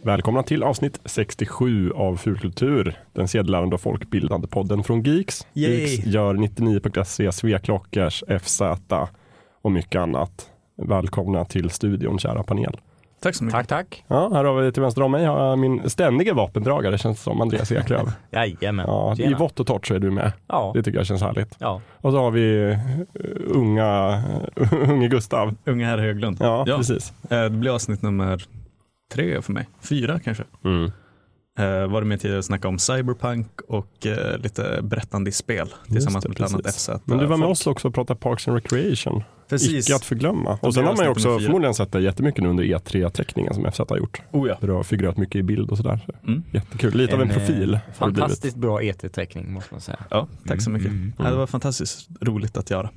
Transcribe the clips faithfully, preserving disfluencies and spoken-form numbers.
Välkomna till avsnitt sextiosju av Fulkultur, den sedelärande och folkbildande podden från Geeks. Yay. Geeks gör nittionio punkt se, Sveklockers, F Z och mycket annat. Välkomna till studion, kära panel. Tack så mycket. Tack, tack. Ja, här har vi till vänster om mig har jag min ständiga vapendragare, känns som Andreas Eklöf. Jajamän. Ja, i vått och torrt så är du med. Ja. Det tycker jag känns härligt. Ja. Och så har vi uh, unga, uh, unge Gustav. Unga herr Höglund. Ja, ja, precis. Det blir avsnitt nummer tre för mig. Fyra kanske. Mm. Uh, var det med tidigare att snacka om Cyberpunk och uh, lite berättande i spel tillsammans det, med bland annat F Z. Men du var med folk. oss också och pratade Parks and Recreation. Precis. Icke att förglömma. Och sen har man ju också förmodligen sett det jättemycket under E tre-teckningen som F Z har gjort. Oh ja. För det har figurerat mycket i bild och sådär. Mm. Jättekul. Lite en, av en profil. Fantastiskt bra E tre-teckning måste man säga. Ja, tack så mycket. Mm. Mm. Ja, det var fantastiskt roligt att göra.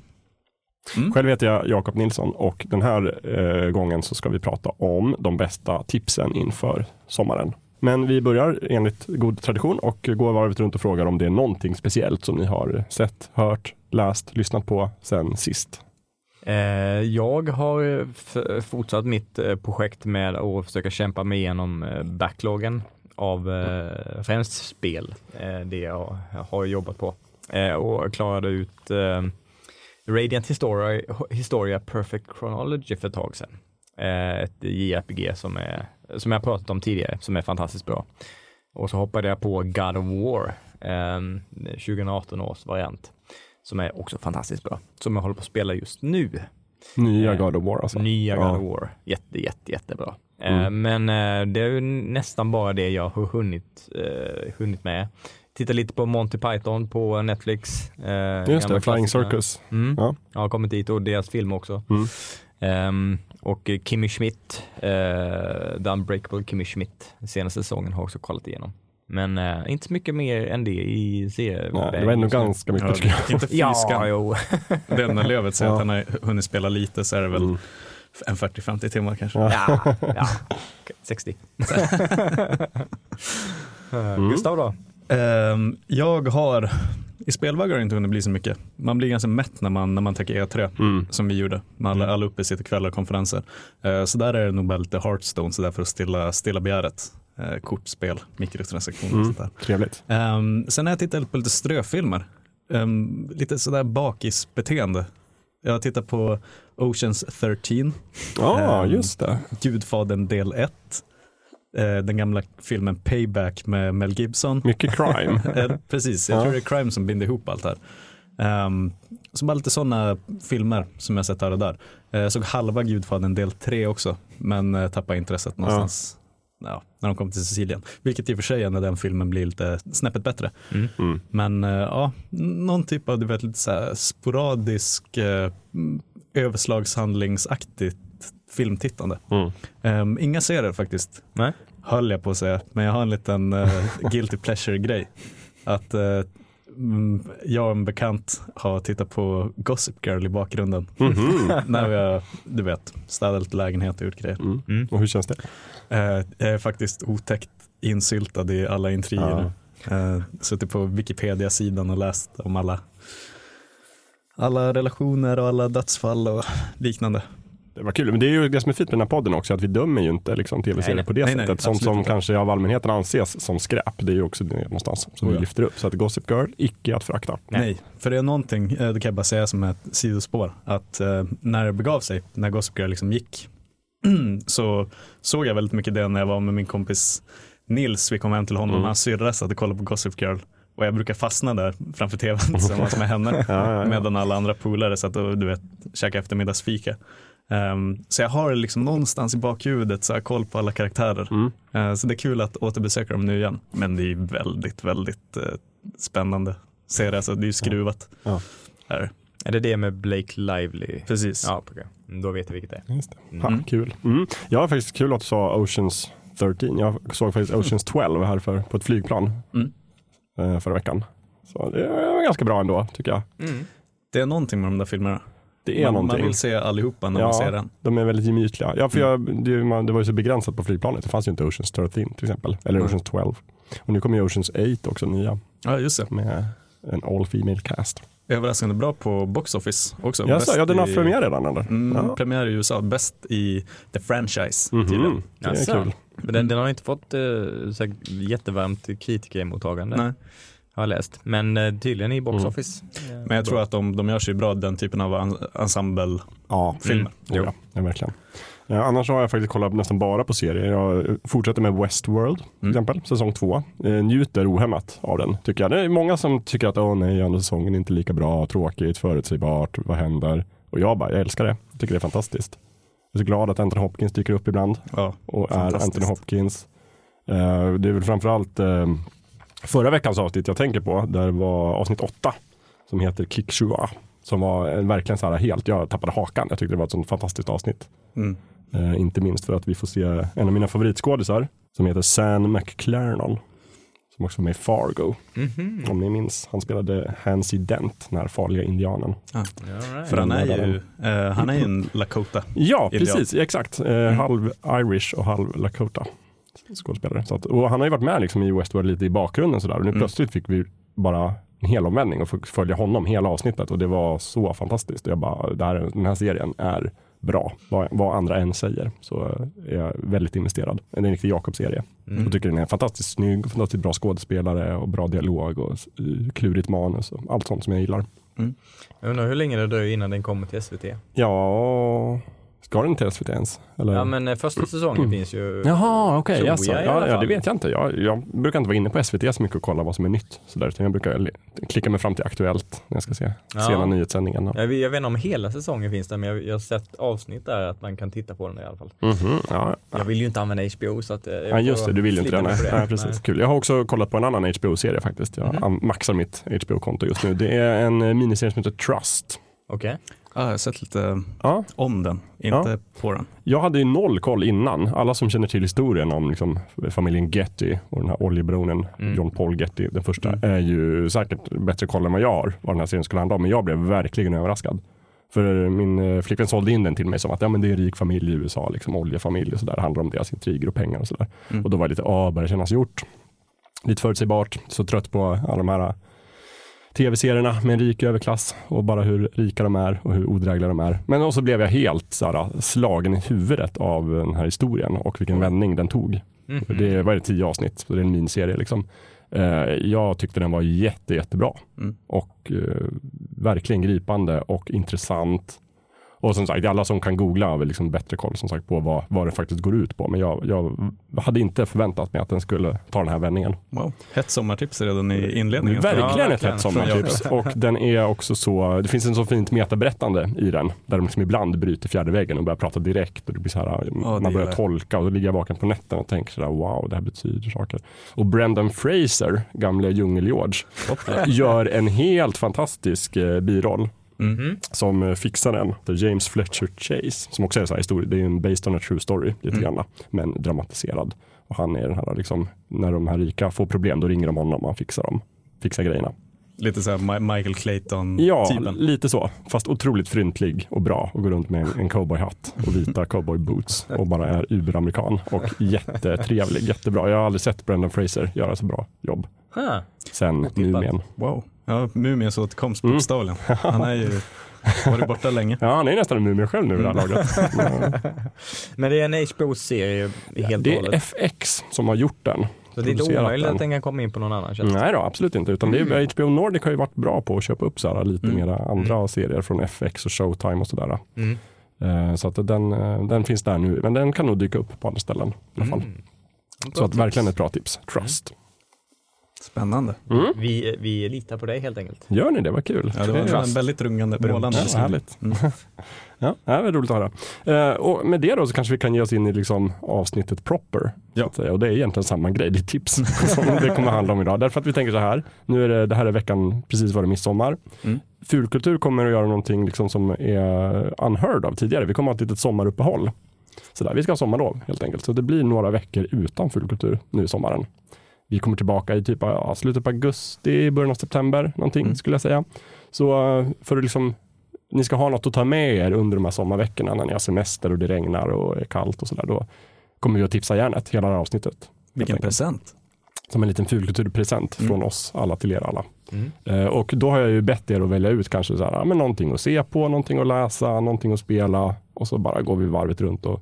Mm. Själv heter jag Jakob Nilsson och den här eh, gången så ska vi prata om de bästa tipsen inför sommaren. Men vi börjar enligt god tradition och går varvet runt och frågar om det är någonting speciellt som ni har sett, hört, läst, lyssnat på sen sist. Eh, jag har f- fortsatt mitt eh, projekt med att försöka kämpa mig igenom eh, backloggen av eh, främst spel. Eh, det jag, jag har jobbat på. Eh, och klarade ut eh, Radiant Historia, Historia Perfect Chronology för ett tag sedan. Eh, ett J R P G som, är, som jag pratat om tidigare, som är fantastiskt bra. Och så hoppade jag på God of War, eh, tjugo arton års variant, som är också fantastiskt bra. Som jag håller på att spela just nu. Nya eh, God of War alltså. Nya God ja. of War. Jätte, jätte, jättebra. Mm. Eh, men eh, det är ju nästan bara det jag har hunnit, eh, hunnit med. Titta lite på Monty Python på Netflix. Eh, Just det, Flying Circus. Mm. Ja. Jag har kommit dit och deras film också. Mm. Um, och Kimmy Schmidt, uh, The Unbreakable Kimmy Schmidt, senaste säsongen har jag också kollat igenom. Men uh, inte så mycket mer än det i serien. Nej, det var ändå ganska mycket. Ja, inte ja, jo. Det enda Lövet säger ja. att han har hunnit spela lite så är det väl mm. en fyrtio till femtio timmar kanske. Ja, ja. Okay. sextio. uh, mm. Gustav då? Um, jag har i spelväg har det inte hunnit bli så mycket. Man blir ganska mätt när man, när man tänker E tre mm. som vi gjorde med alla, alla uppe sitter kvällar och konferenser. Uh, så där är det nog bara lite Hearthstone så där för att stilla, stilla begäret. Uh, kortspel, mikrotransaktioner mm. och sånt där. Trevligt. Um, sen har jag tittat på lite ströfilmer. Um, lite sådär bakisbeteende. Jag har tittat på Oceans tretton. Ja, um, just det. Gudfadern del ett. Den gamla filmen Payback med Mel Gibson. Mycket crime. Precis, jag ja. tror det är crime som binder ihop allt här. Um, så bara lite sådana filmer som jag sett här och där. Jag uh, såg halva Gudfadern del tre också, men uh, tappade intresset någonstans ja. Ja, när de kom till Sicilien. Vilket i och för sig är när den filmen blir lite snäppet bättre. Mm. Mm. Men uh, ja, någon typ av du vet, lite så här sporadisk uh, överslagshandlingsaktigt filmtittande. Mm. Um, inga serier faktiskt. Nej. Höll jag på att säga. Men jag har en liten uh, guilty pleasure-grej. Att uh, jag och en bekant har tittat på Gossip Girl i bakgrunden. Mm-hmm. När vi har, du vet, städat lite lägenhet och gjort grejer. Mm. Mm. Och hur känns det? Uh, jag är faktiskt otäckt insyltad i alla intriger. Ja. Uh, suttit på Wikipedia-sidan och läst om alla alla relationer och alla dödsfall och liknande. Det var kul, men det är ju det som är fint med den här podden också, att vi dömer ju inte liksom tv-serier på det nej, sättet. Nej, Sånt som inte. Kanske av allmänheten anses som skräp, det är ju också det någonstans som oh, vi ja. lyfter upp. Så att Gossip Girl, icke att förakta. Nej. nej, för det är någonting, det kan jag bara säga som ett sidospår, att eh, när det begav sig, när Gossip Girl liksom gick, så såg jag väldigt mycket det när jag var med min kompis Nils, vi kom hem till honom, mm. hans syrra satt och kollade på Gossip Girl. Och jag brukar fastna där framför tvn tillsammans med henne, ja, ja, ja. medan alla andra polare satt och du vet, käka eftermiddagsfika. Um, så jag har liksom någonstans i bakhuvudet så här koll på alla karaktärer. Mm. Uh, så det är kul att återbesöka dem nu igen. Men det är väldigt, väldigt uh, spännande serie. Alltså, det är ju skruvat. Ja. Här. Är det det med Blake Lively? Precis. Ja, okay. Då vet jag vilket det är. Just det. Mm. Ha, kul. Mm. Jag har faktiskt kul att du sa Oceans tretton. Jag såg faktiskt Oceans tolv här för, på ett flygplan mm. uh, förra veckan. Så det är ganska bra ändå, tycker jag. Mm. Det är någonting med de där filmerna. Det är man, någonting. Man vill se allihopa när ja, man ser den. De är väldigt gemytliga. Ja, för jag, det, man, det var ju så begränsat på flygplanet. Det fanns ju inte Oceans tretton till exempel. Eller mm. Oceans tolv. Och nu kommer ju Oceans åtta också nya. Ja, just det. Med en all female cast. Överraskande bra på Box Office också. Ja, så, ja den har i, premiär redan eller? Mm, ja. Premiär i U S A. Bäst i The Franchise. Mm-hmm. Det är Jaså. kul. Men den, den har inte fått uh, så jättevarmt kritikermottagande. Nej. Har jag läst. Men uh, tydligen i Box Office. Mm. Men jag tror att de, de gör sig bra, den typen av ensemble-filmer. Ja, mm. jo, ja, verkligen. Ja, annars har jag faktiskt kollat nästan bara på serier. Jag fortsätter med Westworld till mm. exempel, säsong två. Eh, njuter ohämmat av den, tycker jag. Det är många som tycker att åh nej, andra säsongen är inte lika bra, tråkigt, förutsägbart, vad händer? Och jag bara, jag älskar det. Jag tycker det är fantastiskt. Jag är så glad att Anthony Hopkins dyker upp ibland. Ja, och är Anthony Hopkins. Eh, det är väl framförallt eh, förra veckans avsnitt jag tänker på, där var avsnitt åtta som heter Kick-Shua. Som var en, verkligen så här helt, jag tappade hakan. Jag tyckte det var ett sånt fantastiskt avsnitt. Mm. Eh, inte minst för att vi får se en av mina favoritskådisar som heter Sam McClarnon. Som också var med i Fargo. Mm-hmm. Om ni minns. Han spelade Hansi Dent, den här farliga indianen. Ah. Right. För han är ju uh, han är ju en Lakota. Ja, indian. precis. Exakt. Eh, mm. Halv Irish och halv Lakota skådespelare. Så att, och han har ju varit med liksom i Westworld lite i bakgrunden sådär. Och nu mm. plötsligt fick vi bara en hel omvändning och fick följa honom hela avsnittet. Och det var så fantastiskt. Jag bara, det här, den här serien är bra. Vad, vad andra än säger, så är jag väldigt investerad. Det är en riktig Jakob-serie. Mm. Jag tycker den är fantastiskt snygg, fantastiskt bra skådespelare och bra dialog och klurigt manus och allt sånt som jag gillar. Mm. Jag undrar hur länge det dröjer innan den kommer till S V T? Ja, ska den till S V T ens? Eller? Ja, men första säsongen mm. finns ju... Jaha, okej. Okay, alltså. ja, ja, det vet jag inte. Jag, jag brukar inte vara inne på S V T så mycket och kolla vad som är nytt. Så där, jag brukar klicka mig fram till Aktuellt när jag ska se ja. sena nyhetssändningen. Jag, jag vet inte om hela säsongen finns där, men jag, jag har sett avsnitt där att man kan titta på den i alla fall. Mm-hmm, ja, ja. Jag vill ju inte använda H B O så att... Jag ja, just det. Du vill ju inte det. Nej. Nej, precis. Nej. Kul. Jag har också kollat på en annan H B O-serie faktiskt. Jag mm-hmm. maxar mitt H B O-konto just nu. Det är en miniserie som heter Trust. Okej. Okay. Ja, jag har sett lite ja. om den, inte ja. på den. Jag hade ju noll koll innan. Alla som känner till historien om liksom, familjen Getty och den här oljebronen, mm. John Paul Getty, den första, mm. är ju säkert bättre koll än vad jag har vad den här serien skulle handla om. Men jag blev verkligen överraskad. För min flickvän sålde in den till mig som att ja, men det är en rik familj i U S A, liksom oljefamilj och sådär. Det handlar om deras intriger och pengar och sådär. Mm. Och då var det lite, ja, började kännas gjort. Lite förutsägbart, så trött på alla de här tv-serierna med en rik överklass och bara hur rika de är och hur odrägliga de är. Men också blev jag helt såhär, slagen i huvudet av den här historien och vilken vändning den tog. Mm-hmm. Det var det tio avsnitt, så det är en miniserie liksom. Eh, jag tyckte den var jätte, jättebra. Mm. Och eh, verkligen gripande och intressant. Och som sagt, alla som kan googla har väl liksom bättre koll som sagt på vad, vad det faktiskt går ut på. Men jag, jag hade inte förväntat mig att den skulle ta den här vändningen. Wow. Hett sommartips redan i inledningen. Verkligen, ja, ett hett sommartips. Och den är också så, det finns en så fint metaberättande i den. Där de liksom ibland bryter fjärde väggen och börjar prata direkt. Och det blir så här, ja, man börjar tolka och då ligger jag vaken på nätten och tänker så där, wow, det här betyder saker. Och Brendan Fraser, gamle Djungel-George, gör en helt fantastisk eh, biroll. Mm-hmm. Som fixar den. Det är James Fletcher Chase, som också är så här historia. Det är en based on a true story lite mm. grann, men dramatiserad. Och han är den här liksom, när de här rika får problem, då ringer de honom och han fixar dem. Fixar grejerna. Lite så här Michael Clayton ja, typen. Lite så. Fast otroligt fryntlig och bra och går runt med en cowboyhatt och vita cowboyboots och bara är uberamerikan och jättetrevlig, jättebra. Jag har aldrig sett Brendan Fraser göra så bra jobb. Huh. Sen Mumien. Wow. Ja, Mumien så återkomst på bokstavligen. Mm. Han är ju varit borta länge. Ja, han är nästan en mumien själv nu i det här laget. Men det är en H B O-serie i helt Det är hållet. F X som har gjort den. Så det är inte omöjligt att den kan komma in på någon annan tjänst? Nej då, absolut inte. Utan mm. det är, H B O Nordic har ju varit bra på att köpa upp så här, lite mm. mera andra mm. serier från F X och Showtime och sådär. Mm. Uh, så att den, den finns där nu. Men den kan nog dyka upp på andra ställen i alla fall. Mm. Så att verkligen ett bra tips. Trust. Mm. Spännande. Mm. Vi, vi litar på dig helt enkelt. Gör ni det? Var kul. Ja, det var Trust. En väldigt rungande målande. Ja, härligt. Mm. Ja, det var roligt att höra. Uh, och med det då så kanske vi kan ge oss in i liksom avsnittet proper. Ja. Så att säga. Och det är egentligen samma grej. Det är tips som det kommer handla om idag. Därför att vi tänker så här. Nu är det, det här är veckan precis före midsommar. Mm. Fulkultur kommer att göra någonting liksom som är unheard av tidigare. Vi kommer att ha ett litet sommaruppehåll. Så där, vi ska ha sommarlov helt enkelt. Så det blir några veckor utan fulkultur nu i sommaren. Vi kommer tillbaka i typ ja, slutet på augusti, början av september någonting mm. skulle jag säga. Så för att liksom, ni ska ha något att ta med er under de här sommarveckorna när ni har semester och det regnar och är kallt och sådär, då kommer vi att tipsa järnet hela det här avsnittet. Vilken present! Som en liten fulkulturpresent mm. från oss alla till er alla. Mm. Eh, och då har jag ju bett er att välja ut kanske så här, ja, men någonting att se på, någonting att läsa, någonting att spela och så bara går vi varvet runt och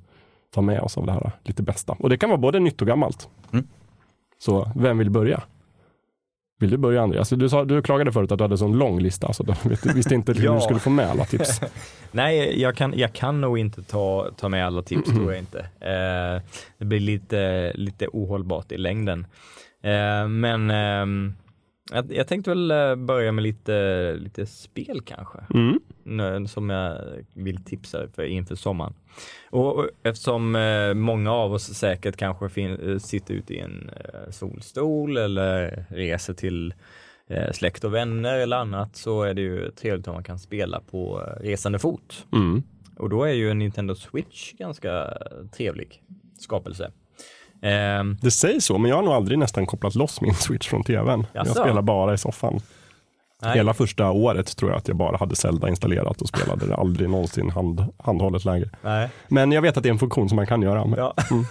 ta med oss av det här lite bästa. Och det kan vara både nytt och gammalt. Mm. Så vem vill börja? Vill du börja, Andreas? Du, sa, du klagade förut att du hade en sån lång lista, så du visste inte hur Ja. du skulle få med alla tips. Nej, jag kan, jag kan nog inte ta, ta med alla tips, tror jag inte. Eh, det blir lite, lite ohållbart i längden. Eh, men eh, jag, jag tänkte väl börja med lite, lite spel kanske. Mm. Som jag vill tipsa för inför sommaren. Och, och eftersom eh, många av oss säkert kanske fin- sitter ute i en eh, solstol eller reser till eh, släkt och vänner eller annat, så är det ju trevligt om man kan spela på eh, resande fot. Mm. Och då är ju en Nintendo Switch ganska trevlig skapelse. Eh, Det sägs så, men jag har nog aldrig nästan kopplat loss min Switch från tvn. Jaså? Jag spelar bara i soffan. nej. Hela första året tror jag att jag bara hade Zelda installerat och spelade det aldrig någonsin hand, handhållet läge. Nej. Men jag vet att det är en funktion som man kan göra. Men, Ja.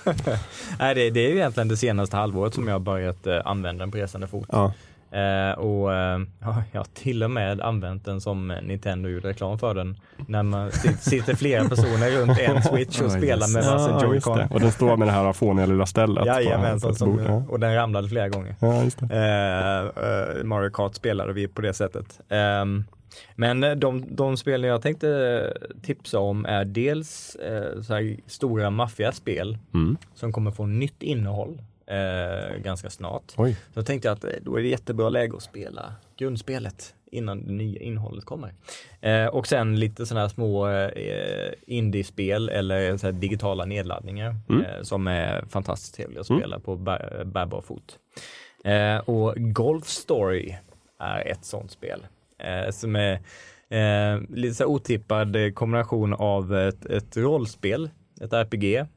Nej, det, det är ju egentligen det senaste halvåret som jag har börjat eh, använda den på resande fot. ja. Eh, och eh, ja, jag har till och med använt den som Nintendo gjorde reklam för den. När man sit, sitter flera personer runt en Switch och Oh, spelar yes. med massa Ja, just Joy-Con. det. Och den står med det här fåniga lilla stället. Jajamensan, på ett som, bord. Ja. och den ramlade flera gånger. Ja, just det. Eh, eh, Mario Kart spelade vi på det sättet. Eh, men de, de spel jag tänkte tipsa om är dels eh, så här stora maffiaspel Mm. som kommer få nytt innehåll eh, ganska snart. Oj. Så jag tänkte att då är det jättebra läge att spela grundspelet innan det nya innehållet kommer. Eh, och sen lite sådana här små eh, indiespel eller så här digitala nedladdningar Mm. eh, som är fantastiskt trevliga att Mm. spela på bär, bärbar fot. Eh, och Golf Story är ett sånt spel eh, som är eh, lite så här otippad kombination av ett, ett rollspel, ett R P G,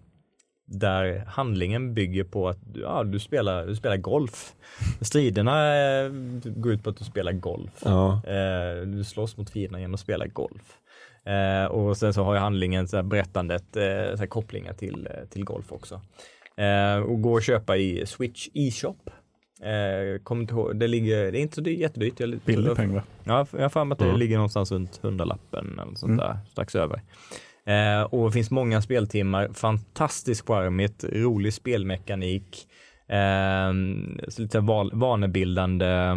där handlingen bygger på att ja, du, spelar, du spelar golf. Striderna eh, går ut på att du spelar golf. Ja. Eh, du slåss mot fienderna genom att spela golf. Eh, och sen så har ju handlingen så här, berättandet eh, så här, kopplingar till, eh, till golf också. Eh, och gå och köpa i Switch eShop. Eh, kom inte ihåg, det, ligger, det är inte så dyrt, jättedyrt. Jag, Billig peng, va? Ja, jag har för mig att det Mm. ligger någonstans runt hundralappen eller sånt Mm. där, strax över. Eh, och det finns många speltimmar, fantastiskt charmigt, rolig spelmekanik, eh, så lite val- vanebildande,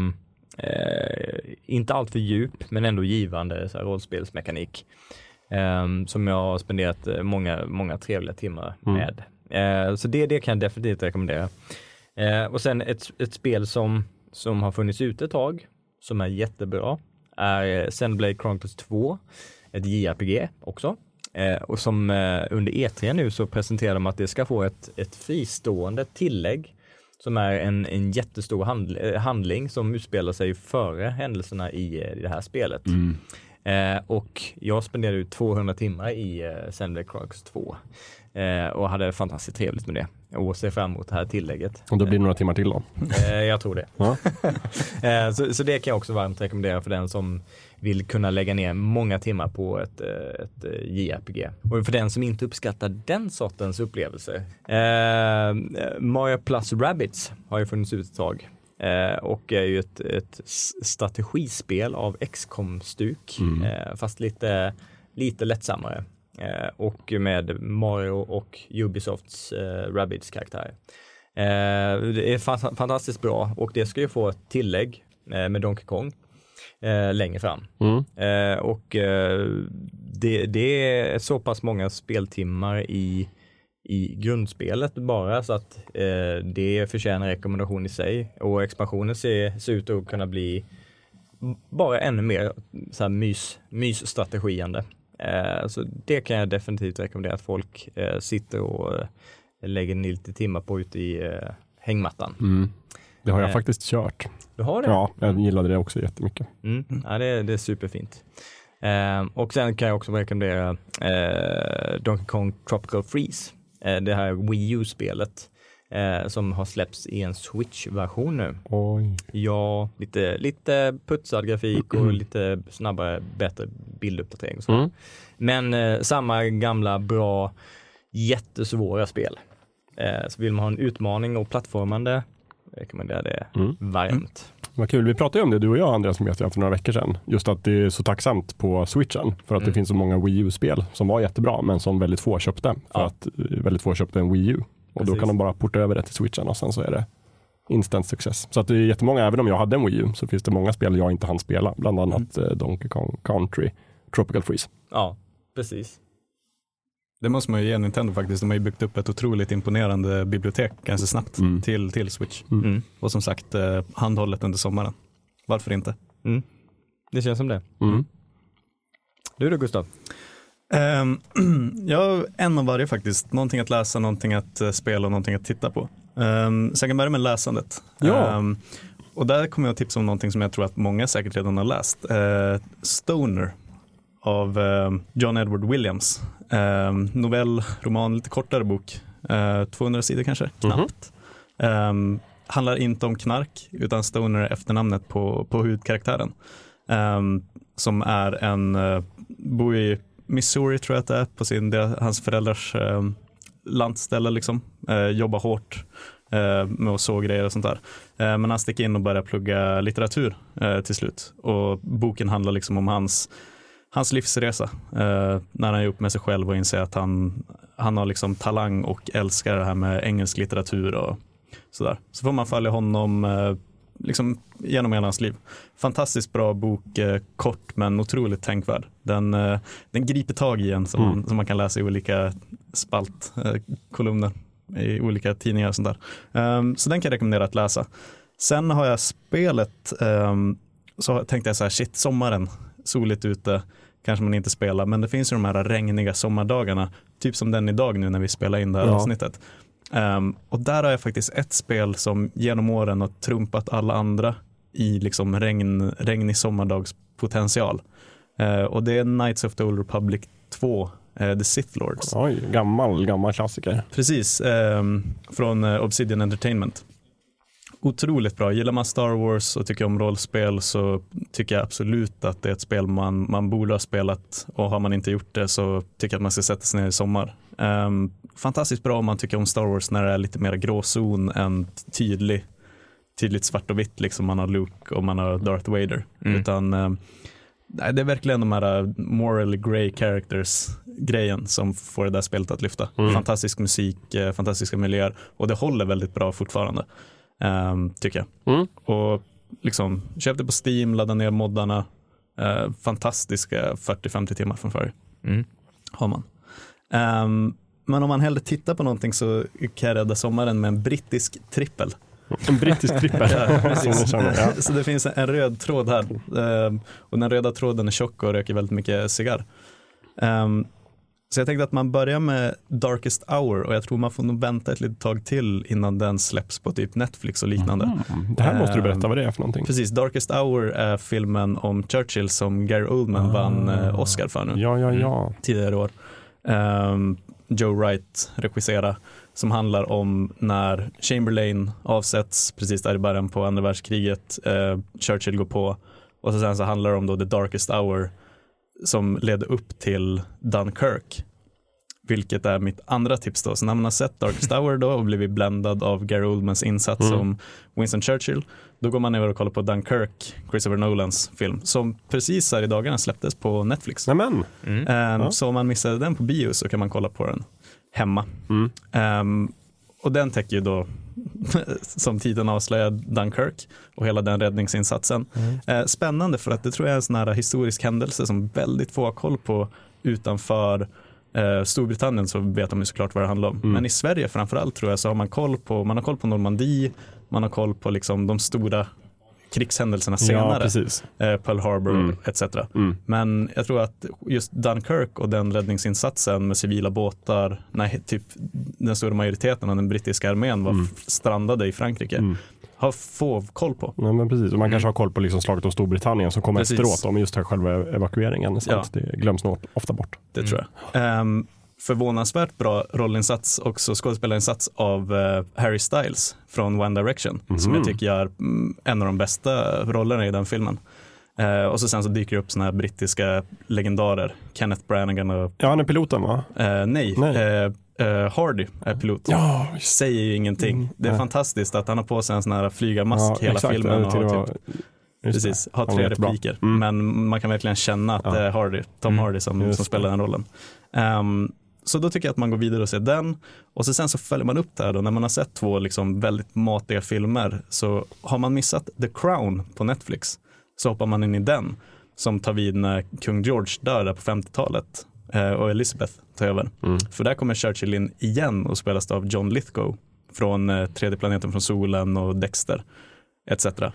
eh, inte allt för djup men ändå givande så här, rollspelsmekanik eh, som jag har spenderat många, många trevliga timmar Mm. med. Eh, så det, det kan jag definitivt rekommendera. Eh, och sen ett, ett spel som, som har funnits ute ett tag, som är jättebra, är Xenoblade Chronicles två, ett J R P G också. Eh, och som eh, under E tre nu så presenterar de att det ska få ett, ett fristående tillägg som är en, en jättestor handl- handling som utspelar sig före händelserna i, i det här spelet. Mm. Eh, och jag spenderade ut tvåhundra timmar i eh, Xenoblade Chronicles två eh, och hade fantastiskt trevligt med det och ser fram emot det här tillägget. Och då blir det några timmar till då. Eh, jag tror det. Ja. eh, så, så det kan jag också varmt rekommendera för den som vill kunna lägga ner många timmar på ett, ett J R P G. Och för den som inte uppskattar den sortens upplevelser. Eh, Mario Plus Rabbids har ju funnits ut ett tag. Eh, och är ju ett, ett strategispel av X COM-stuk. Mm. Eh, fast lite, lite lättsammare. Eh, och med Mario och Ubisofts eh, Rabbids karaktär. Eh, det är fa- fantastiskt bra och det ska ju få ett tillägg eh, med Donkey Kong eh, längre fram. Mm. Eh, och eh, det, det är så pass många speltimmar i, i grundspelet bara så att eh, det förtjänar rekommendation i sig och expansionen ser, ser ut att kunna bli bara ännu mer så här mys, mysstrategiande. Eh, så det kan jag definitivt rekommendera att folk eh, sitter och eh, lägger ner lite timmar på ute i eh, hängmattan. Mm. Det har jag Eh. faktiskt kört. Du har det? Ja, jag gillade det också jättemycket. Mm. Ja, det, är, det är superfint. Eh, och sen kan jag också rekommendera eh, Donkey Kong Tropical Freeze. Eh, det här Wii U-spelet eh, som har släppts i en Switch-version nu. Oj. Ja, lite, lite putsad grafik och lite snabbare, bättre bilduppdatering. Och så. Mm. Men eh, samma gamla, bra, jättesvåra spel. Eh, så vill man ha en utmaning och plattformande rekommenderar det Mm. varmt. Vad kul, vi pratade ju om det du och jag Andreas vet jag för några veckor sedan. Just att det är så tacksamt på Switchen för att mm. det finns så många Wii U-spel som var jättebra men som väldigt få köpte för ja. att väldigt få köpte en Wii U. Och Precis. Då kan de bara porta över det till Switchen och sen så är det instant success. Så att det är jättemånga, även om jag hade en Wii U så finns det många spel jag inte hann spela. Bland annat mm. Donkey Kong Country, Tropical Freeze. Ja, precis. Det måste man ju ge Nintendo faktiskt. De har ju byggt upp ett otroligt imponerande bibliotek ganska snabbt mm. till, till Switch. Mm. Mm. Och som sagt, eh, handhållet under sommaren. Varför inte? Mm. Det känns som det. Mm. Du då Gustav? Um, ja, en av varje faktiskt. Någonting att läsa, någonting att uh, spela och någonting att titta på. Um, så jag kan börja med läsandet. Ja. Um, och där kommer jag att tipsa om någonting som jag tror att många säkert redan har läst. Uh, Stoner av uh, John Edward Williams. Uh, novell, roman, lite kortare bok. Uh, tvåhundra sidor kanske, knappt. Mm-hmm. Um, handlar inte om knark utan Stoner är efternamnet på, på huvudkaraktären. Um, som är en, uh, bor i Missouri tror jag att det är, på sin, det, hans föräldrars uh, landställe liksom. Uh, jobbar hårt uh, med att så grejer och sånt där. Uh, men han sticker in och börjar plugga litteratur uh, till slut. Och boken handlar liksom om hans Hans livsresa, eh, när han är upp med sig själv och inser att han, han har liksom talang och älskar det här med engelsk litteratur och sådär. Så får man följa honom eh, liksom genom hela hans liv. Fantastiskt bra bok, eh, kort men otroligt tänkvärd. Den, eh, den griper tag i en som, mm. man, som man kan läsa i olika spaltkolumner eh, i olika tidningar och sånt där. Um, så den kan jag rekommendera att läsa. Sen har jag spelet, um, så tänkte jag så här, shit, sommaren. Soligt ute, kanske man inte spelar, men det finns ju de här regniga sommardagarna, typ som den idag nu när vi spelar in det här ja. avsnittet. Um, och där har jag faktiskt ett spel som genom åren har trumpat alla andra i liksom regn, regnig sommardagspotential. Uh, och det är Knights of the Old Republic två, uh, The Sith Lords. Oj, gammal, gammal klassiker. Precis, um, från uh, Obsidian Entertainment. Otroligt bra. Gillar man Star Wars och tycker om rollspel så tycker jag absolut att det är ett spel man, man borde ha spelat, och har man inte gjort det så tycker jag att man ska sätta sig ner i sommar. Um, fantastiskt bra om man tycker om Star Wars när det är lite mer gråzon än tydlig, tydligt svart och vitt, liksom man har Luke och man har Darth Vader. Mm. Utan um, nej, det är verkligen de här morally grey characters grejen som får det där spelet att lyfta. Mm. Fantastisk musik, eh, fantastiska miljöer, och det håller väldigt bra fortfarande. Um, tycker jag. Mm. Och liksom köpte på Steam, ladda ner moddarna. Uh, fantastiska fyrtio till femtio timmar från förr. Mm. Har man. Um, men om man hellre tittar på någonting så kan jag rädda sommaren med en brittisk trippel. En brittisk trippel. Ja, ja. Så det finns en röd tråd här. Um, och den röda tråden är tjock och röker väldigt mycket cigarr. Um, Så jag tänkte att man börjar med Darkest Hour, och jag tror man får nog vänta ett litet tag till innan den släpps på typ Netflix och liknande. Mm. Det här måste du berätta vad det är för någonting. Precis, Darkest Hour är filmen om Churchill som Gary Oldman ah. vann Oscar för nu. Ja, ja, ja. Tidigare år. Um, Joe Wright regisserar, som handlar om när Chamberlain avsätts precis där i början på andra världskriget. Uh, Churchill går på, och så sen så handlar det om då The Darkest Hour som leder upp till Dunkirk, vilket är mitt andra tips då. Så när man har sett Darkest Hour då och blivit bländad av Gary Oldmans insats mm. som Winston Churchill, då går man över och kollar på Dunkirk, Christopher Nolans film, som precis här i dagarna släpptes på Netflix. Nämen. Mm. Um, ja. Så om man missade den på bio så kan man kolla på den hemma. Mm. Um, och den täcker ju då som titeln avslöjar Dunkirk och hela den räddningsinsatsen. Mm. Eh, spännande, för att det tror jag är en sån här historisk händelse som väldigt få har koll på utanför eh, Storbritannien, så vet de ju såklart vad det handlar om. Mm. Men i Sverige framförallt tror jag så har man koll på, man har koll på Normandie, man har koll på liksom de stora krigshändelserna senare, ja, eh, Pearl Harbor mm. et cetera. Mm. Men jag tror att just Dunkirk och den räddningsinsatsen med civila båtar, nej, typ den stora majoriteten av den brittiska armén var mm. strandade i Frankrike, mm. har få koll på. Ja, men precis. Och man mm. kanske har koll på liksom slaget om Storbritannien som kommer precis. efteråt, om just här själva evakueringen. Så ja. Det glöms nog ofta bort. Det mm. tror jag. Um, förvånansvärt bra rollinsats, också skådespelarinsats av uh, Harry Styles från One Direction, mm-hmm. som jag tycker är mm, en av de bästa rollerna i den filmen. Uh, och så sen så dyker det upp såna här brittiska legendarer, Kenneth Branagh och... Ja, han är piloten va? Uh, nej, nej. Uh, uh, Hardy är pilot. Ja, säger ju ingenting. Mm, det är nej. fantastiskt att han har på sig en sån här flygarmask ja, hela exakt, filmen och har, typ, precis, har tre repliker. Mm. Men man kan verkligen känna att ja. det är Hardy, Tom mm. Hardy som, som spelar den rollen. Um, så då tycker jag att man går vidare och ser den. Och så sen så följer man upp det här då. När man har sett två liksom väldigt matiga filmer, så har man missat The Crown på Netflix, så hoppar man in i den som tar vid när kung George dör där på femtiotalet eh, och Elizabeth tar över. Mm. För där kommer Churchill in igen och spelas av John Lithgow från eh, tredje planeten från solen och Dexter et cetera.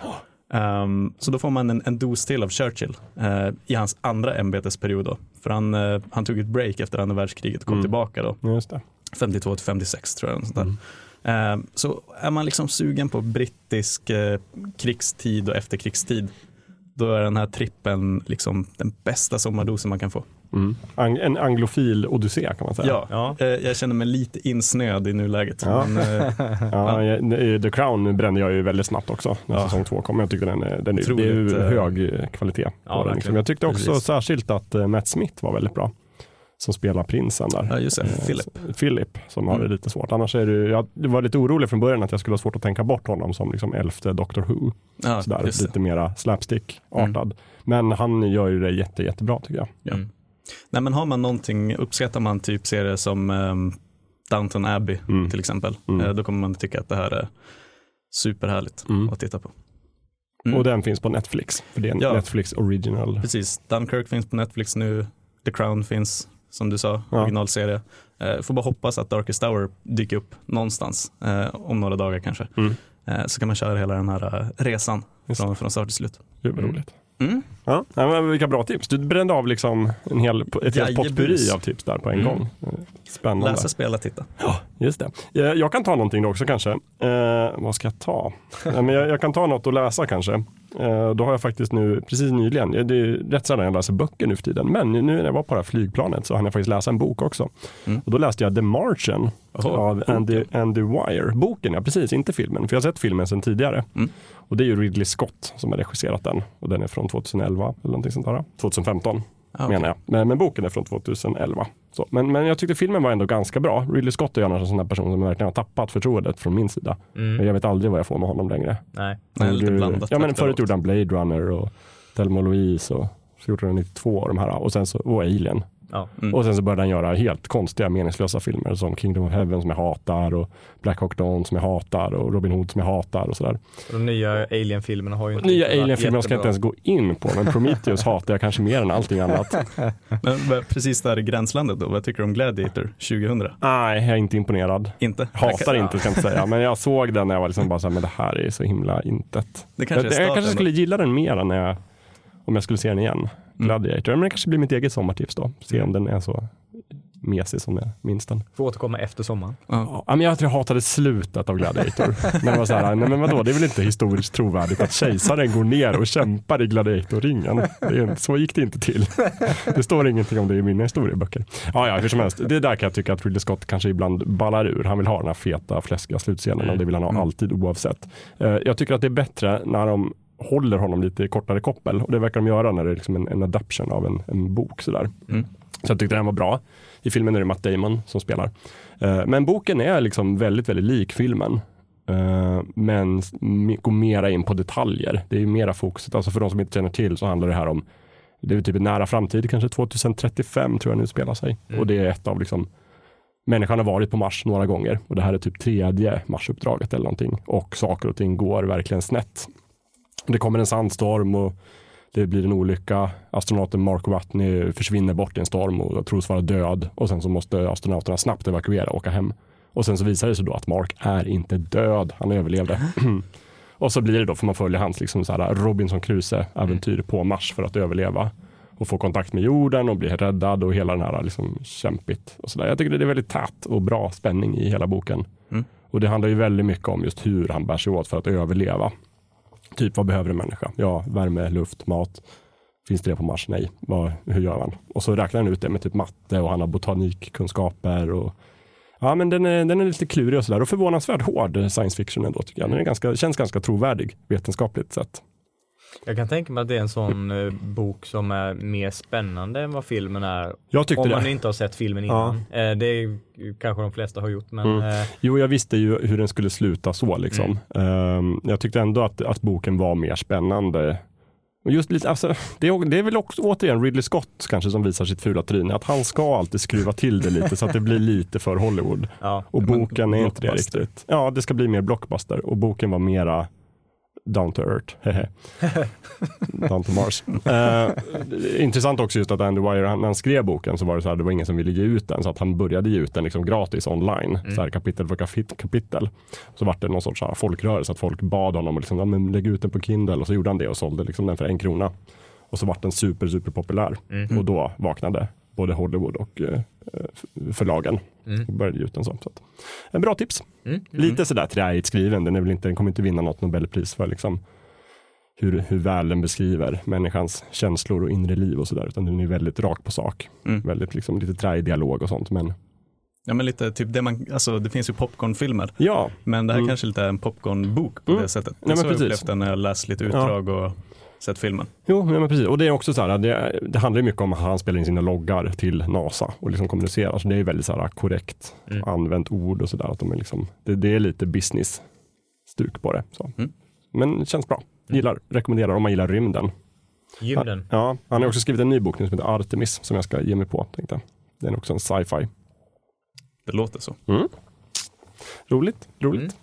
Um, så då får man en, en dos till av Churchill uh, i hans andra ämbetesperiod då. För han, uh, han tog ett break efter andra världskriget och kom mm. tillbaka då. Just det. femtiotvå till femtiosex tror jag. Sånt där. Mm. Uh, så är man liksom sugen på brittisk uh, krigstid och efterkrigstid, då är den här trippen liksom den bästa sommardosen man kan få. Mm. Ang- en anglofil odyssé kan man säga. Ja, ja. Uh, jag känner mig lite insnöd i nuläget. Ja. Men, uh, ja, ja. The Crown brände jag ju väldigt snabbt också när ja. säsong två kom. Jag tyckte den, den är, det är ju hög kvalitet. Ja, den, liksom. Jag tyckte också Precis. särskilt att uh, Matt Smith var väldigt bra, som spelar prinsen där. Ja, just det. Eh, Philip. Philip, som mm. har det lite svårt. Annars är det, jag var lite orolig från början att jag skulle ha svårt att tänka bort honom som liksom elfte Doctor Who. Ja, sådär, lite mera slapstick-artad. Mm. Men han gör ju det jätte, jättebra tycker jag. Ja. Mm. Nej, men har man någonting, uppskattar man typ serier som um, Downton Abbey mm. till exempel, mm. eh, då kommer man tycka att det här är superhärligt mm. att titta på. Mm. Och den finns på Netflix, för det är en ja. Netflix original. Precis, Dunkirk finns på Netflix nu, The Crown finns, som du sa, ja. originalserie. Eh, får bara hoppas att Darkest Hour dyker upp någonstans eh, om några dagar kanske. Mm. Eh, så kan man köra hela den här uh, resan från, från start till slut. Det var roligt. Mm. Ja, men vilka bra tips. Du brände av liksom en hel, ett helt potpurri av tips där på en mm. gång. Spännande. Läsa, spela, titta. Ja, just det. Jag, jag kan ta någonting då också kanske. Eh, vad ska jag ta? ja, men jag, jag kan ta något att läsa kanske. Eh, då har jag faktiskt nu, precis nyligen, det är rätt sällan jag läser böcker nu för tiden, men nu när jag var på det här flygplanet så hann jag faktiskt läsa en bok också. Mm. Och då läste jag The Martian oh, av Andy, Andy Weir. Boken, ja precis, inte filmen. För jag har sett filmen sedan tidigare. Mm. Och det är ju Ridley Scott som har regisserat den. Och den är från tjugoelva eller någonting sånt där. tjugohundrafemton ah, okay. menar jag. Men, men boken är från tjugoelva. Så, men, men jag tyckte filmen var ändå ganska bra. Ridley Scott är ju annars en sån här person som verkligen har tappat förtroendet från min sida. Mm. Men jag vet aldrig vad jag får med honom längre. Nej, Nej lite blandat. Ja, men förut gjorde han Blade Runner och Thelma och Louise och fjortonhundranittiotvå och de här. Och sen så, och Alien. Ja. Mm. Och sen så började han göra helt konstiga, meningslösa filmer som Kingdom of Heaven som jag hatar och Black Hawk Down som jag hatar och Robin Hood som jag hatar och sådär. De nya Alien-filmerna har ju inte Nya Alien-filmerna ska jag inte ens gå in på, men Prometheus hatar jag kanske mer än allting annat. Men precis där i gränslandet då, vad tycker du om Gladiator tjugohundra? Nej, jag är inte imponerad. Inte? Hatar inte, ska jag inte säga. Men jag såg den när jag var liksom bara så här, men det här är så himla intet. Det kanske jag, jag kanske skulle gilla den mer när jag, om jag skulle se den igen. Gladiator. Men det kanske blir mitt eget sommartips då. Se om den är så mesig som jag minns den. Får återkomma efter sommaren. Ja, men jag tror jag hatade slutet av Gladiator. Men det var så här, nej men vadå, det är väl inte historiskt trovärdigt att kejsaren går ner och kämpar i Gladiator-ringen. Det är, så gick det inte till. Det står ingenting om det i mina historieböcker. Ja, ja, hur som helst. Det är där kan jag tycka att Ridley Scott kanske ibland ballar ur. Han vill ha den här feta, fläskiga slutscenen och det vill han ha mm. alltid oavsett. Jag tycker att det är bättre när de håller honom lite i kortare koppel. Och det verkar de göra när det är liksom en, en adaption av en, en bok. Sådär. Mm. Så jag tyckte den var bra. I filmen är det Matt Damon som spelar. Uh, men boken är liksom väldigt, väldigt lik filmen. Uh, men m- går mera in på detaljer. Det är mera fokuset. Alltså för de som inte känner till så handlar det här om, det är typ en nära framtid, kanske tjugohundratrettiofem tror jag nu spelar sig. Mm. Och det är ett av liksom, människan har varit på Mars några gånger. Och det här är typ tredje Marsuppdraget eller någonting. Och saker och ting går verkligen snett. Det kommer en sandstorm och det blir en olycka. Astronauten Mark Watney försvinner bort i en storm och tros vara död. Och sen så måste astronauterna snabbt evakuera och åka hem. Och sen så visar det sig då att Mark är inte död. Han överlevde. Och så blir det då, får man följa hans liksom så här Robinson Crusoe-äventyr på Mars för att överleva. Och få kontakt med jorden och bli räddad och hela den här liksom kämpigt. Och så där. Jag tycker det är väldigt tät och bra spänning i hela boken. Mm. Och det handlar ju väldigt mycket om just hur han bär sig åt för att överleva. Typ, vad behöver en människa? Ja, värme, luft, mat. Finns det det på Mars? Nej. Vad, hur gör man? Och så räknar han ut det med typ matte och han har botanikkunskaper. Och, ja, men den är, den är lite klurig och sådär. Och förvånansvärt hård science fiction ändå tycker jag. Den är ganska, känns ganska trovärdig vetenskapligt sett. Jag kan tänka mig att det är en sån eh, bok som är mer spännande än vad filmen är. Jag tyckte om man det. inte har sett filmen innan. Ja. Eh, det är kanske de flesta har gjort. Men, mm. eh, jo, jag visste ju hur den skulle sluta så. Liksom. Mm. Um, jag tyckte ändå att, att boken var mer spännande. Och just lite, alltså, det, är, det är väl också återigen Ridley Scott kanske som visar sitt fula tryne. Att han ska alltid skruva till det lite så att det blir lite för Hollywood. Ja, och boken är inte det riktigt. Ja, det ska bli mer blockbuster. Och boken var mera down to earth. Down to Mars. Uh, intressant också just att Andy Weir, han, när han skrev boken så var det så här, det var ingen som ville ge ut den. Så att han började ge ut den liksom gratis online. Mm. Så här kapitel för kapitel. Så var det någon sorts så här folkrörelse att folk bad honom att liksom, ja, men lägga ut den på Kindle. Och så gjorde han det och sålde liksom den för en krona. Och så var den super, super populär. Mm. Och då vaknade både Hollywood och uh, förlagen. Mm. Och började ge ut den så. så att, en bra tips. Mm. Mm. Lite sådär träigt skriven. Den, är väl inte, den kommer inte vinna något Nobelpris för liksom hur, hur väl den beskriver människans känslor och inre liv och sådär. Utan den är väldigt rak på sak. Mm. Väldigt liksom lite träig dialog och sånt. Men ja, men lite typ det man, alltså det finns ju popcornfilmer. Ja. Men det här mm. kanske lite är en popcornbok på mm. det sättet. Det är så jag upplevt när jag läst lite utdrag ja. och sett filmen. Jo, men precis. Och det är också så här, det, det handlar ju mycket om att han spelar in sina loggar till NASA och liksom kommunicerar. Så det är väldigt så här korrekt mm. använt ord och sådär. Att de är liksom, det, det är lite business-stuk på det. Så. Mm. Men det känns bra. Gillar, rekommenderar om man gillar rymden. Rymden? Ja, han har också skrivit en ny bok nu som heter Artemis som jag ska ge mig på, tänkte jag. Det är också en sci-fi. Det låter så. Mm. Roligt, roligt. Mm.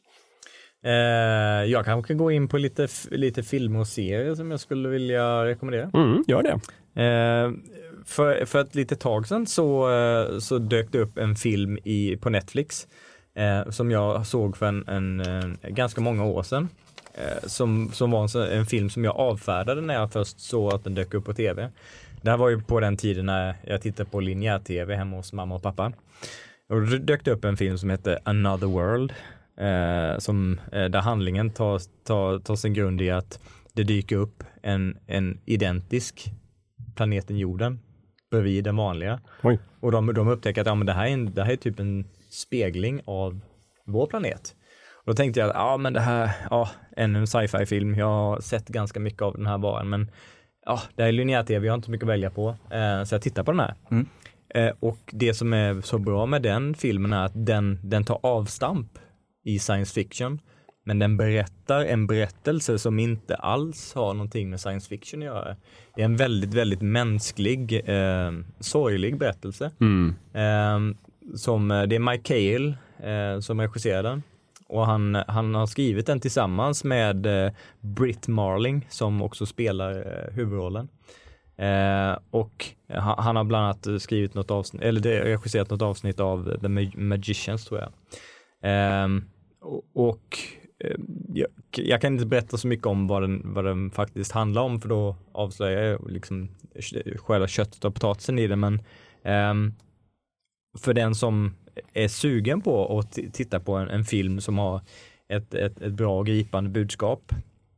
Eh, jag kanske kan gå in på lite, lite film och serier som jag skulle vilja rekommendera. Mm, gör det. Eh, för, för ett litet tag sedan så, så dök det upp en film i, på Netflix eh, som jag såg för en, en, en ganska många år sedan. Eh, som, som var en, en film som jag avfärdade när jag först såg att den dök upp på tv. Det här var ju på den tiden när jag tittade på linjär tv hemma hos mamma och pappa. Och då dök det upp en film som heter Another World. Eh, som, eh, där handlingen tar, tar, tar sin grund i att det dyker upp en, en identisk planeten jorden bredvid den vanliga. Oj. Och de, de upptäcker att ja, men det, här är en, det här är typ en spegling av vår planet. Och då tänkte jag att ja, men det här, ja, ännu en sci-fi film. Jag har sett ganska mycket av den här varan, men ja, det här är linjär tv, vi har inte mycket att välja på. Eh, så jag tittar på den här. Mm. Eh, och det som är så bra med den filmen är att den, den tar avstamp i science fiction, men den berättar en berättelse som inte alls har någonting med science fiction att göra. Det är en väldigt, väldigt mänsklig, eh, sorglig berättelse. Mm. Eh, som, det är Mike Cahill eh, som regisserar den. Och han, han har skrivit den tillsammans med eh, Britt Marling som också spelar eh, huvudrollen. Eh, och han, han har bland annat skrivit något avsnitt, eller regisserat något avsnitt av The Magicians, tror jag. Eh, och och eh, jag, jag kan inte berätta så mycket om vad den, vad den faktiskt handlar om, för då avslöjar jag liksom själva köttet och potatisen i det. Men eh, för den som är sugen på att t- titta på en, en film som har ett, ett, ett bra gripande budskap,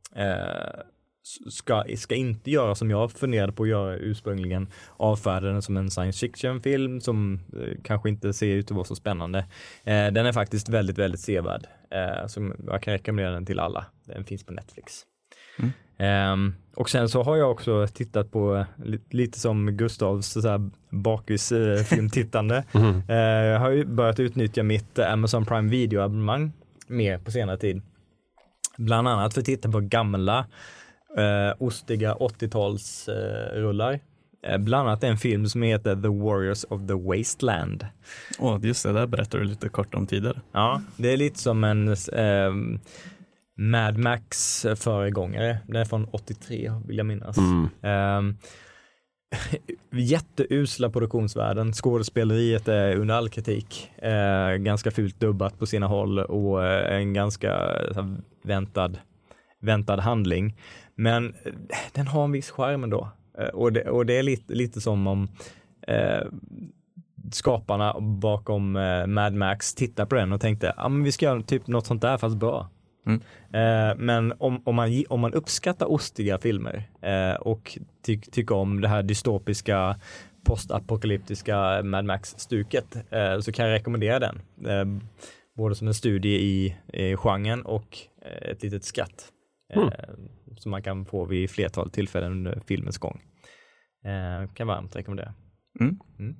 eh, ska, ska inte göra som jag funderade på att göra ursprungligen, avfärda den som en science fiction-film som eh, kanske inte ser ut att vara så spännande. Eh, den är faktiskt väldigt, väldigt sevärd. Eh, som jag kan rekommendera den till alla. Den finns på Netflix. Mm. Um, och sen så har jag också tittat på li- lite som Gustavs så här bakis uh, filmtittande. Mm. Uh, jag har ju börjat utnyttja mitt Amazon Prime Video-abonnemang mer på senare tid. Bland annat för att titta på gamla uh, ostiga åttio-tals uh, rullar. Uh, bland annat en film som heter The Warriors of the Wasteland. Åh, oh, just det, där berättar du lite kort om tidigare. Ja, det är lite som en uh, Mad Max föregångare. Den är från åttiotre, vill jag minnas. Mm. Um, jätteusla produktionsvärden. Skådespeleriet är under all kritik. Uh, ganska fult dubbat på sina håll och uh, en ganska uh, väntad, väntad handling. Men uh, den har en viss charm ändå. Uh, och, det, och det är lite, lite som om uh, skaparna bakom uh, Mad Max tittar på den och tänkte ah, men vi ska göra typ något sånt där fast bra. Mm. Eh, men om, om, man, om man uppskattar ostiga filmer eh, och ty, tycker om det här dystopiska postapokalyptiska Mad Max-stuket eh, så kan jag rekommendera den. Eh, både som en studie i, i genren och eh, ett litet skratt mm. eh, som man kan få vid flertal tillfällen under filmens gång. Eh, kan varmt rekommendera. Mm. Mm.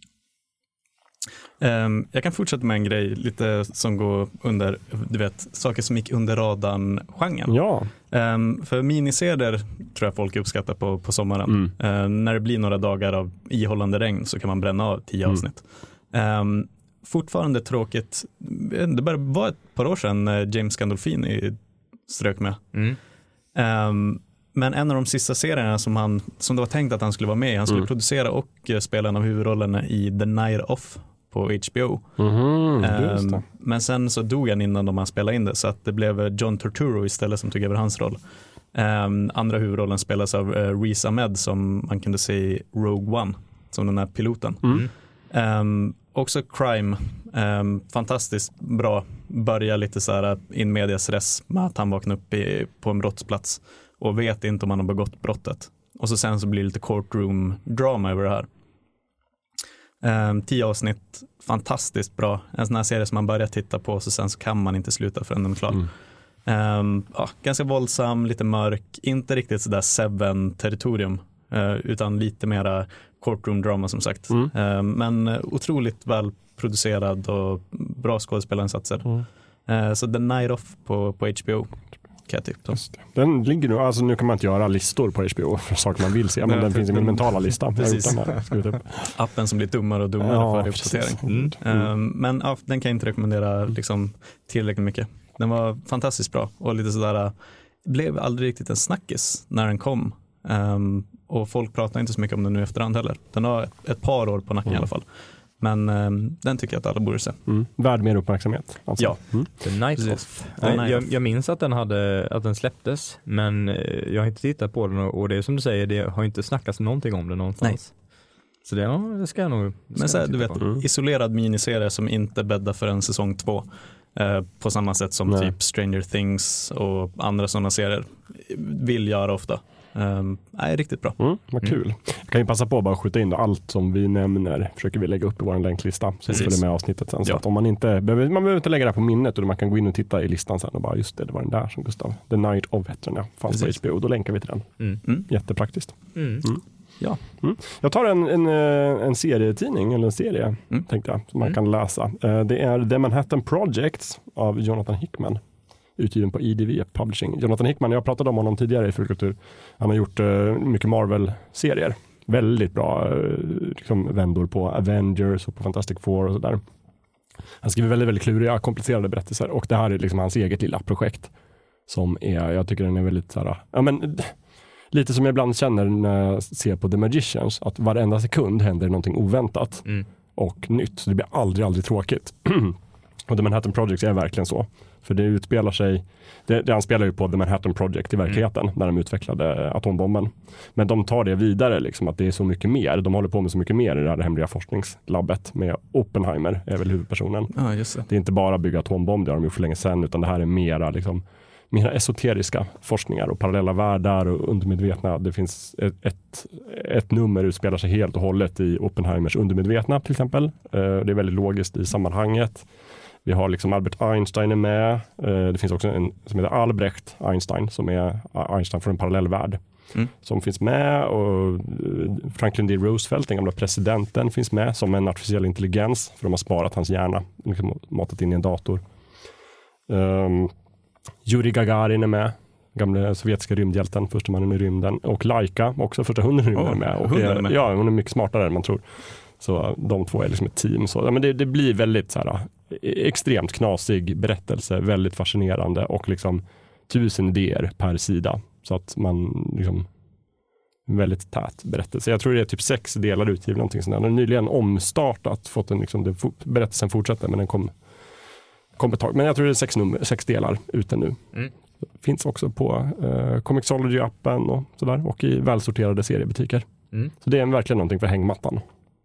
Um, jag kan fortsätta med en grej lite som går under, du vet, saker som gick under radarn-genren. Ja. Um, för miniserier tror jag folk uppskattar på, på sommaren. Mm. Uh, när det blir några dagar av ihållande regn så kan man bränna av tio mm. avsnitt. Um, fortfarande tråkigt. Det började vara ett par år sedan James Gandolfini strök med. Mm. Um, men en av de sista serierna som, han, som det var tänkt att han skulle vara med i, han skulle mm. producera och spela en av huvudrollerna i The Night Of på H B O. Mm-hmm, um, men sen så dog han innan de han spelade in det, så att det blev John Turturro istället som tog över hans roll. Um, andra huvudrollen spelas av uh, Riz Ahmed som man kunde se i Rogue One, som den här piloten. Mm. Um, också crime, um, fantastiskt bra. Börjar lite så här in medias res med att han vaknar upp i, på en brottsplats och vet inte om han har begått brottet. Och så sen så blir det lite courtroom drama över det här. Um, tio avsnitt, fantastiskt bra. En sån här serie som man börjar titta på så sen så kan man inte sluta förrän den är klar. Mm. Um, ja, ganska våldsam, lite mörk, inte riktigt sådär Seven-territorium uh, utan lite mera courtroom drama som sagt. Mm. Um, men otroligt väl producerad och bra skådespelarinsatser. Mm. Uh, så The Night Of på, på H B O. Typ. Den ligger nu, alltså nu kan man inte göra listor på H B O för saker man vill se, men Nej, den finns i min mentala lista. Appen som blir dummare och dummare ja, för uppdatering. Mm. Mm. Um, men ja, den kan jag inte rekommendera liksom, tillräckligt mycket. Den var fantastiskt bra och lite sådär, blev aldrig riktigt en snackis när den kom. Um, och folk pratar inte så mycket om den nu efterhand heller. Den har ett, ett par år på nacken mm. i alla fall. Men um, den tycker jag att alla borde se. Mm. Värd mer uppmärksamhet. Alltså. Ja. Mm. The Night Of. Jag, jag, jag minns att den, hade, att den släpptes, men jag har inte tittat på den och det är som du säger, det har inte snackats någonting om den någonstans. Nej. Så det, ja, det ska jag nog ska Men så här, du vet, mm. isolerad miniserie som inte bäddar för en säsong två. Eh, på samma sätt som Nej. typ Stranger Things och andra sådana serier vill göra ofta. Um, nej, riktigt bra. Mm, vad kul. Mm. Jag kan ju passa på att bara skjuta in då. Allt som vi nämner försöker vi lägga upp i vår länklista så vi följer med avsnittet sen. Så ja. att om man inte behöver, man behöver inte lägga det på minnet utan man kan gå in och titta i listan sen och bara just det, det var den där som Gustav. The Night Of heter den, ja. Fanns på H B O. Då länkar vi till den. Mm. Mm. Jättepraktiskt. Mm. Mm. Ja. Mm. Jag tar en, en, en serietidning eller en serie mm. tänkte jag som man mm. kan läsa. Det är The Manhattan Project av Jonathan Hickman. Utgiven på I D V Publishing. Jonathan Hickman, jag pratade om honom tidigare i Fullkultur. Han har gjort uh, mycket Marvel-serier. Väldigt bra uh, liksom, vändor på Avengers och på Fantastic Four och sådär. Han skriver väldigt, väldigt kluriga, komplicerade berättelser. Och det här är liksom hans eget lilla projekt. Som är, jag tycker den är väldigt så här, ja men lite som jag ibland känner när jag ser på The Magicians. Att varenda sekund händer någonting oväntat. Mm. Och nytt. Så det blir aldrig, aldrig tråkigt. Och The Manhattan Project är verkligen så. För det utspelar sig, det, det anspelar ju på The Manhattan Project i verkligheten mm. när de utvecklade atombomben. Men de tar det vidare liksom att det är så mycket mer. De håller på med så mycket mer i det här hemliga forskningslabbet med Oppenheimer är väl huvudpersonen. Ah, just det. det är inte bara bygga atombomb, det har de gjort för länge sedan, utan det här är mera liksom mera esoteriska forskningar och parallella världar och undermedvetna. Det finns ett, ett, ett nummer utspelar sig helt och hållet i Oppenheimers undermedvetna till exempel. Det är väldigt logiskt i sammanhanget. Vi har liksom Albert Einstein är med. Det finns också en som heter Albrecht Einstein som är Einstein från en parallell värld. Mm. Som finns med och Franklin D. Roosevelt, den gamla presidenten, finns med som en artificiell intelligens för de har sparat hans hjärna, liksom matat in i en dator. Um, Yuri Gagarin är med, gamla sovjetiska rymdhjälten, första mannen i rymden, och Laika, också första hunden i rymden oh, är med. Och är, med. Ja, hon är mycket smartare än man tror. Så de två är liksom ett team. Så, ja, men det, det blir väldigt så här, extremt knasig berättelse, väldigt fascinerande och liksom tusen idéer per sida. Så att man liksom väldigt tät berättelse. Jag tror det är typ sex delar utgivna någonting sånt där. Den har nyligen omstartat, fått en liksom, den, berättelsen fortsätter men den kom, kom ett tag. Men jag tror det är sex, nummer, sex delar ute nu. Mm. Finns också på uh, Comixology-appen och sådär och i välsorterade seriebutiker. Mm. Så det är verkligen någonting för hängmattan.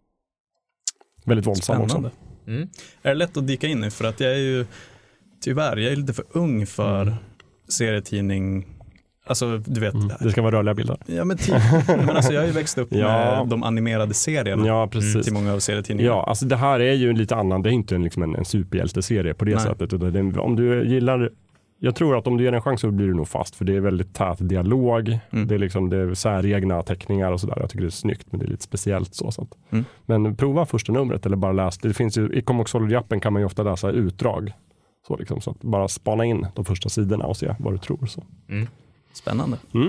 Väldigt våldsam också. Mm. Är det lätt att dyka in i? För att jag är ju tyvärr, jag är lite för ung för mm. serietidning. Alltså du vet. Mm. Det ska vara rörliga bilder. Ja men, typ, men alltså, jag har ju växt upp ja. med de animerade serierna. Ja precis. Till många av serietidningarna. Ja alltså det här är ju lite annan. Det är inte en, liksom en, en superhjälteserie på det Nej. sättet. Utan det, om du gillar Jag tror att om du ger en chans så blir du nog fast, för det är väldigt tät dialog. Mm. Det är liksom det är säregna teckningar och sådär. Jag tycker det är snyggt, men det är lite speciellt så. så att. Mm. Men prova första numret eller bara läs. Det finns ju, i Comixology-appen kan man ju ofta läsa utdrag. Så, liksom, så att bara spana in de första sidorna och se vad du tror. Så. Mm. Spännande. Mm.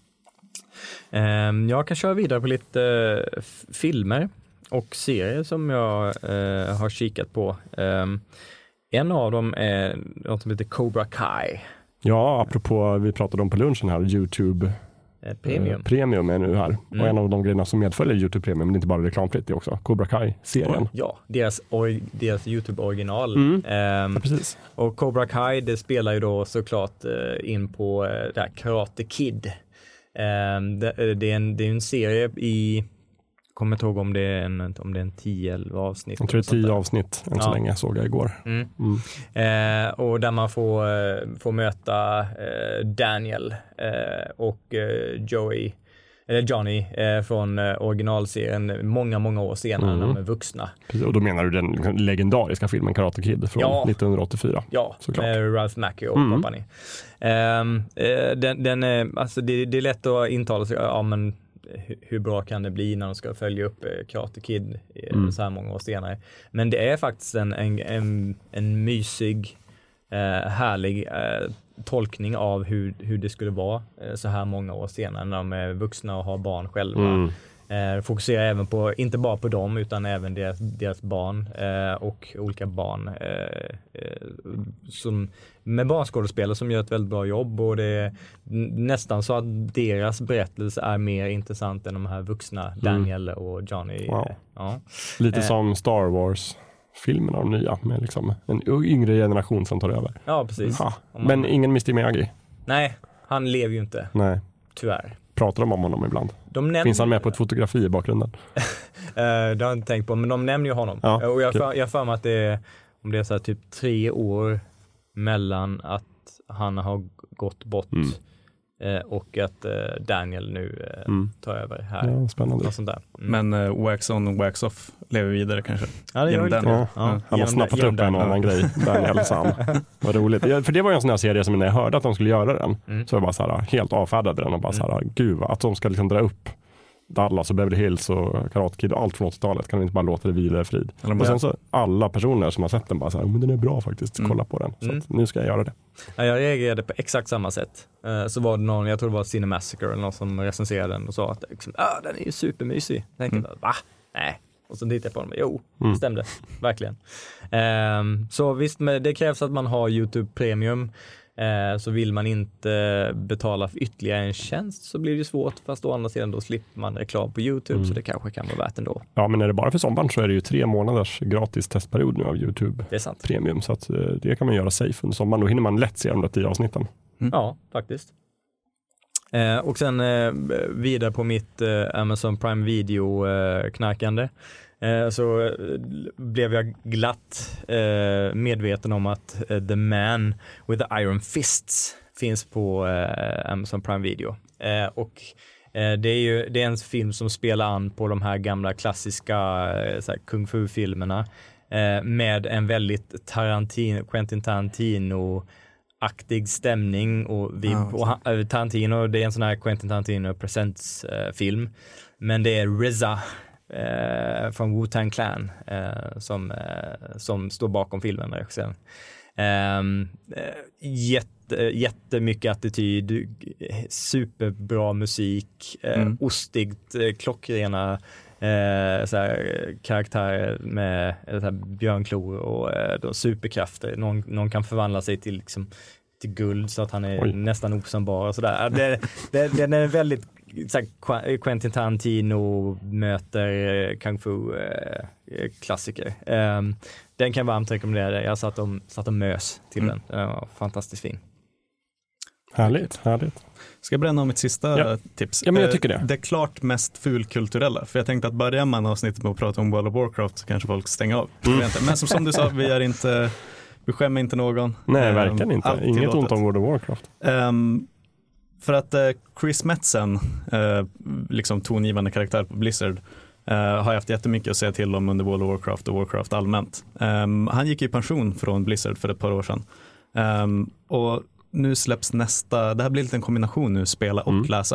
Um, jag kan köra vidare på lite uh, f- filmer och serier som jag uh, har kikat på. Um, en av dem är något som heter Cobra Kai. Ja, apropå, vi pratade om på lunchen här, YouTube Uh, premium. Eh, premium är nu här. Mm. Och en av de grejerna som medföljer YouTube Premium, men det är inte bara reklamfritt, det är också Cobra Kai-serien. Ja, deras, or- deras YouTube-original. Mm. Um, Ja, precis. och Cobra Kai, det spelar ju då såklart uh, in på uh, det här Karate Kid. Um, det, det, är en, det är en serie i, kommer inte ihåg om det är en, om det är en tio eller avsnitt. Jag tror det är tio avsnitt än så Ja. länge, såg jag igår. Mm. Mm. Eh, och där man får, eh, får möta eh, Daniel eh, och eh, Joey, eller Johnny eh, från eh, originalserien många, många år senare Mm. när de är vuxna. Precis, och då menar du den liksom legendariska filmen Karate Kid från Ja. nittonhundraåttiofyra. Ja, Såklart. med Ralph Macchio och Mm. company. Ehm, eh, den, den är, alltså det, det är lätt att intala sig, ja men hur, hur bra kan det bli när de ska följa upp eh, Karate Kid eh, Mm. så här många år senare. Men det är faktiskt en, en, en, en mysig, eh, härlig eh, tolkning av hur, hur det skulle vara eh, så här många år senare när de är vuxna och har barn själva. Mm. Eh, fokuserar även på, inte bara på dem utan även deras, deras barn eh, och olika barn eh, eh, som, med barnskådespelare som gör ett väldigt bra jobb, och det är n- nästan så att deras berättelse är mer intressant än de här vuxna Daniel och Johnny. Wow. Eh, ja. Lite Eh. som Star Wars-filmerna, de nya, med liksom en yngre generation som tar över. ja, precis. Ha. Om man- Men ingen mister Miyagi. Nej, han lever ju inte, Nej. tyvärr. Pratar de om honom ibland? De näm- Finns han med på ett fotografi i bakgrunden? Eh, det har jag inte tänkt på, men de nämner ju honom. Ja, Eh, och jag kul. för, jag för mig att det är, om det är så här typ tre år mellan att han har gått bort Mm. eh, och att eh, Daniel nu eh, Mm. tar över här. Ja, spännande. Något sånt där. Mm. Men uh, wax on, wax off lever vidare kanske. ja, det gör genom lite den. det. Ja, Ja, Han har genom snappat den- upp en genom och den. annan grej, Daniel Sam. Vad roligt. Ja, för det var ju en sån här serie som när jag hörde att de skulle göra den, Mm. så jag bara så här, helt avfärdade den och bara så här, gud, att de ska liksom dra upp Dallas och Beverly Hills och Karate Kid och allt från åttiotalet, kan vi inte bara låta det vila i frid. Eller Och bara- sen så alla personer som har sett den bara så här, men den är bra faktiskt, Mm. kolla på den. Så Mm. att nu ska jag göra det. Ja, jag reagerade på exakt samma sätt. Eh, så var det någon, jag tror det var Cinemassacre eller någon som recenserade den och sa att liksom, ah, den är ju supermysig. Jag tänkte Mm. bara, va? Nej. Och så tittade jag på den och bara, jo, Mm. det stämde. Verkligen. Ehm, så visst, men det krävs att man har YouTube Premium. Eh, så vill man inte betala för ytterligare en tjänst så blir det svårt, fast å andra sidan då slipper man reklam på YouTube, Mm. så det kanske kan vara värt ändå. Ja, men är det bara för sommaren så är det ju tre månaders gratis testperiod nu av YouTube Det är sant. Premium, så att eh, det kan man göra safe under sommaren. Då hinner man lätt se de där tio avsnitten. Ja, faktiskt. Eh, och sen eh, vidare på mitt eh, Amazon Prime Video eh, knarkande eh, så eh, blev jag glatt eh, medveten om att eh, The Man with the Iron Fists finns på eh, Amazon Prime Video. Eh, och eh, det är ju det är en film som spelar an på de här gamla klassiska eh, så här, kung fu-filmerna eh, med en väldigt Tarantino, Quentin Tarantino aktig stämning, och vi, Ja, och han, äh, Tarantino, det är en sån här Quentin Tarantino Presents äh, film, men det är R Z A äh, från Wu-Tang Clan äh, som, äh, som står bakom filmen, regissören. Ähm, äh, jätte, jättemycket attityd, superbra musik, äh, Mm. ostigt, äh, klockrena Eh, så här, karaktärer med eh, så här, björnklor och eh, då, superkrafter. Någon, någon kan förvandla sig till, liksom, till guld så att han är Oj. nästan osårbar och sådär. Det, det, den är väldigt så här, Qu- Quentin Tarantino möter eh, kung fu eh, klassiker. Eh, den kan jag varmt rekommendera. Jag satt och, satt och mös till Mm. den. Den var fantastiskt fin. Härligt, härligt. Ska jag bränna om mitt sista Ja. tips? Ja, men jag Eh, tycker det. Det klart mest fulkulturella. För jag tänkte att börjar man avsnittet med att prata om World of Warcraft så kanske folk stänger av. Mm. Jag vet inte. Men som, som du sa, vi är inte, vi skämmer inte någon. Nej, Eh, verkligen inte. allt Inget tillåtet. ont om World of Warcraft. Ehm, för att eh, Chris Metzen, eh, liksom tongivande karaktär på Blizzard, eh, har jag haft jättemycket att säga till om under World of Warcraft och Warcraft allmänt. Ehm, han gick i pension från Blizzard för ett par år sedan. Um, och nu släpps nästa, det här blir lite en kombination nu, spela och mm. läsa.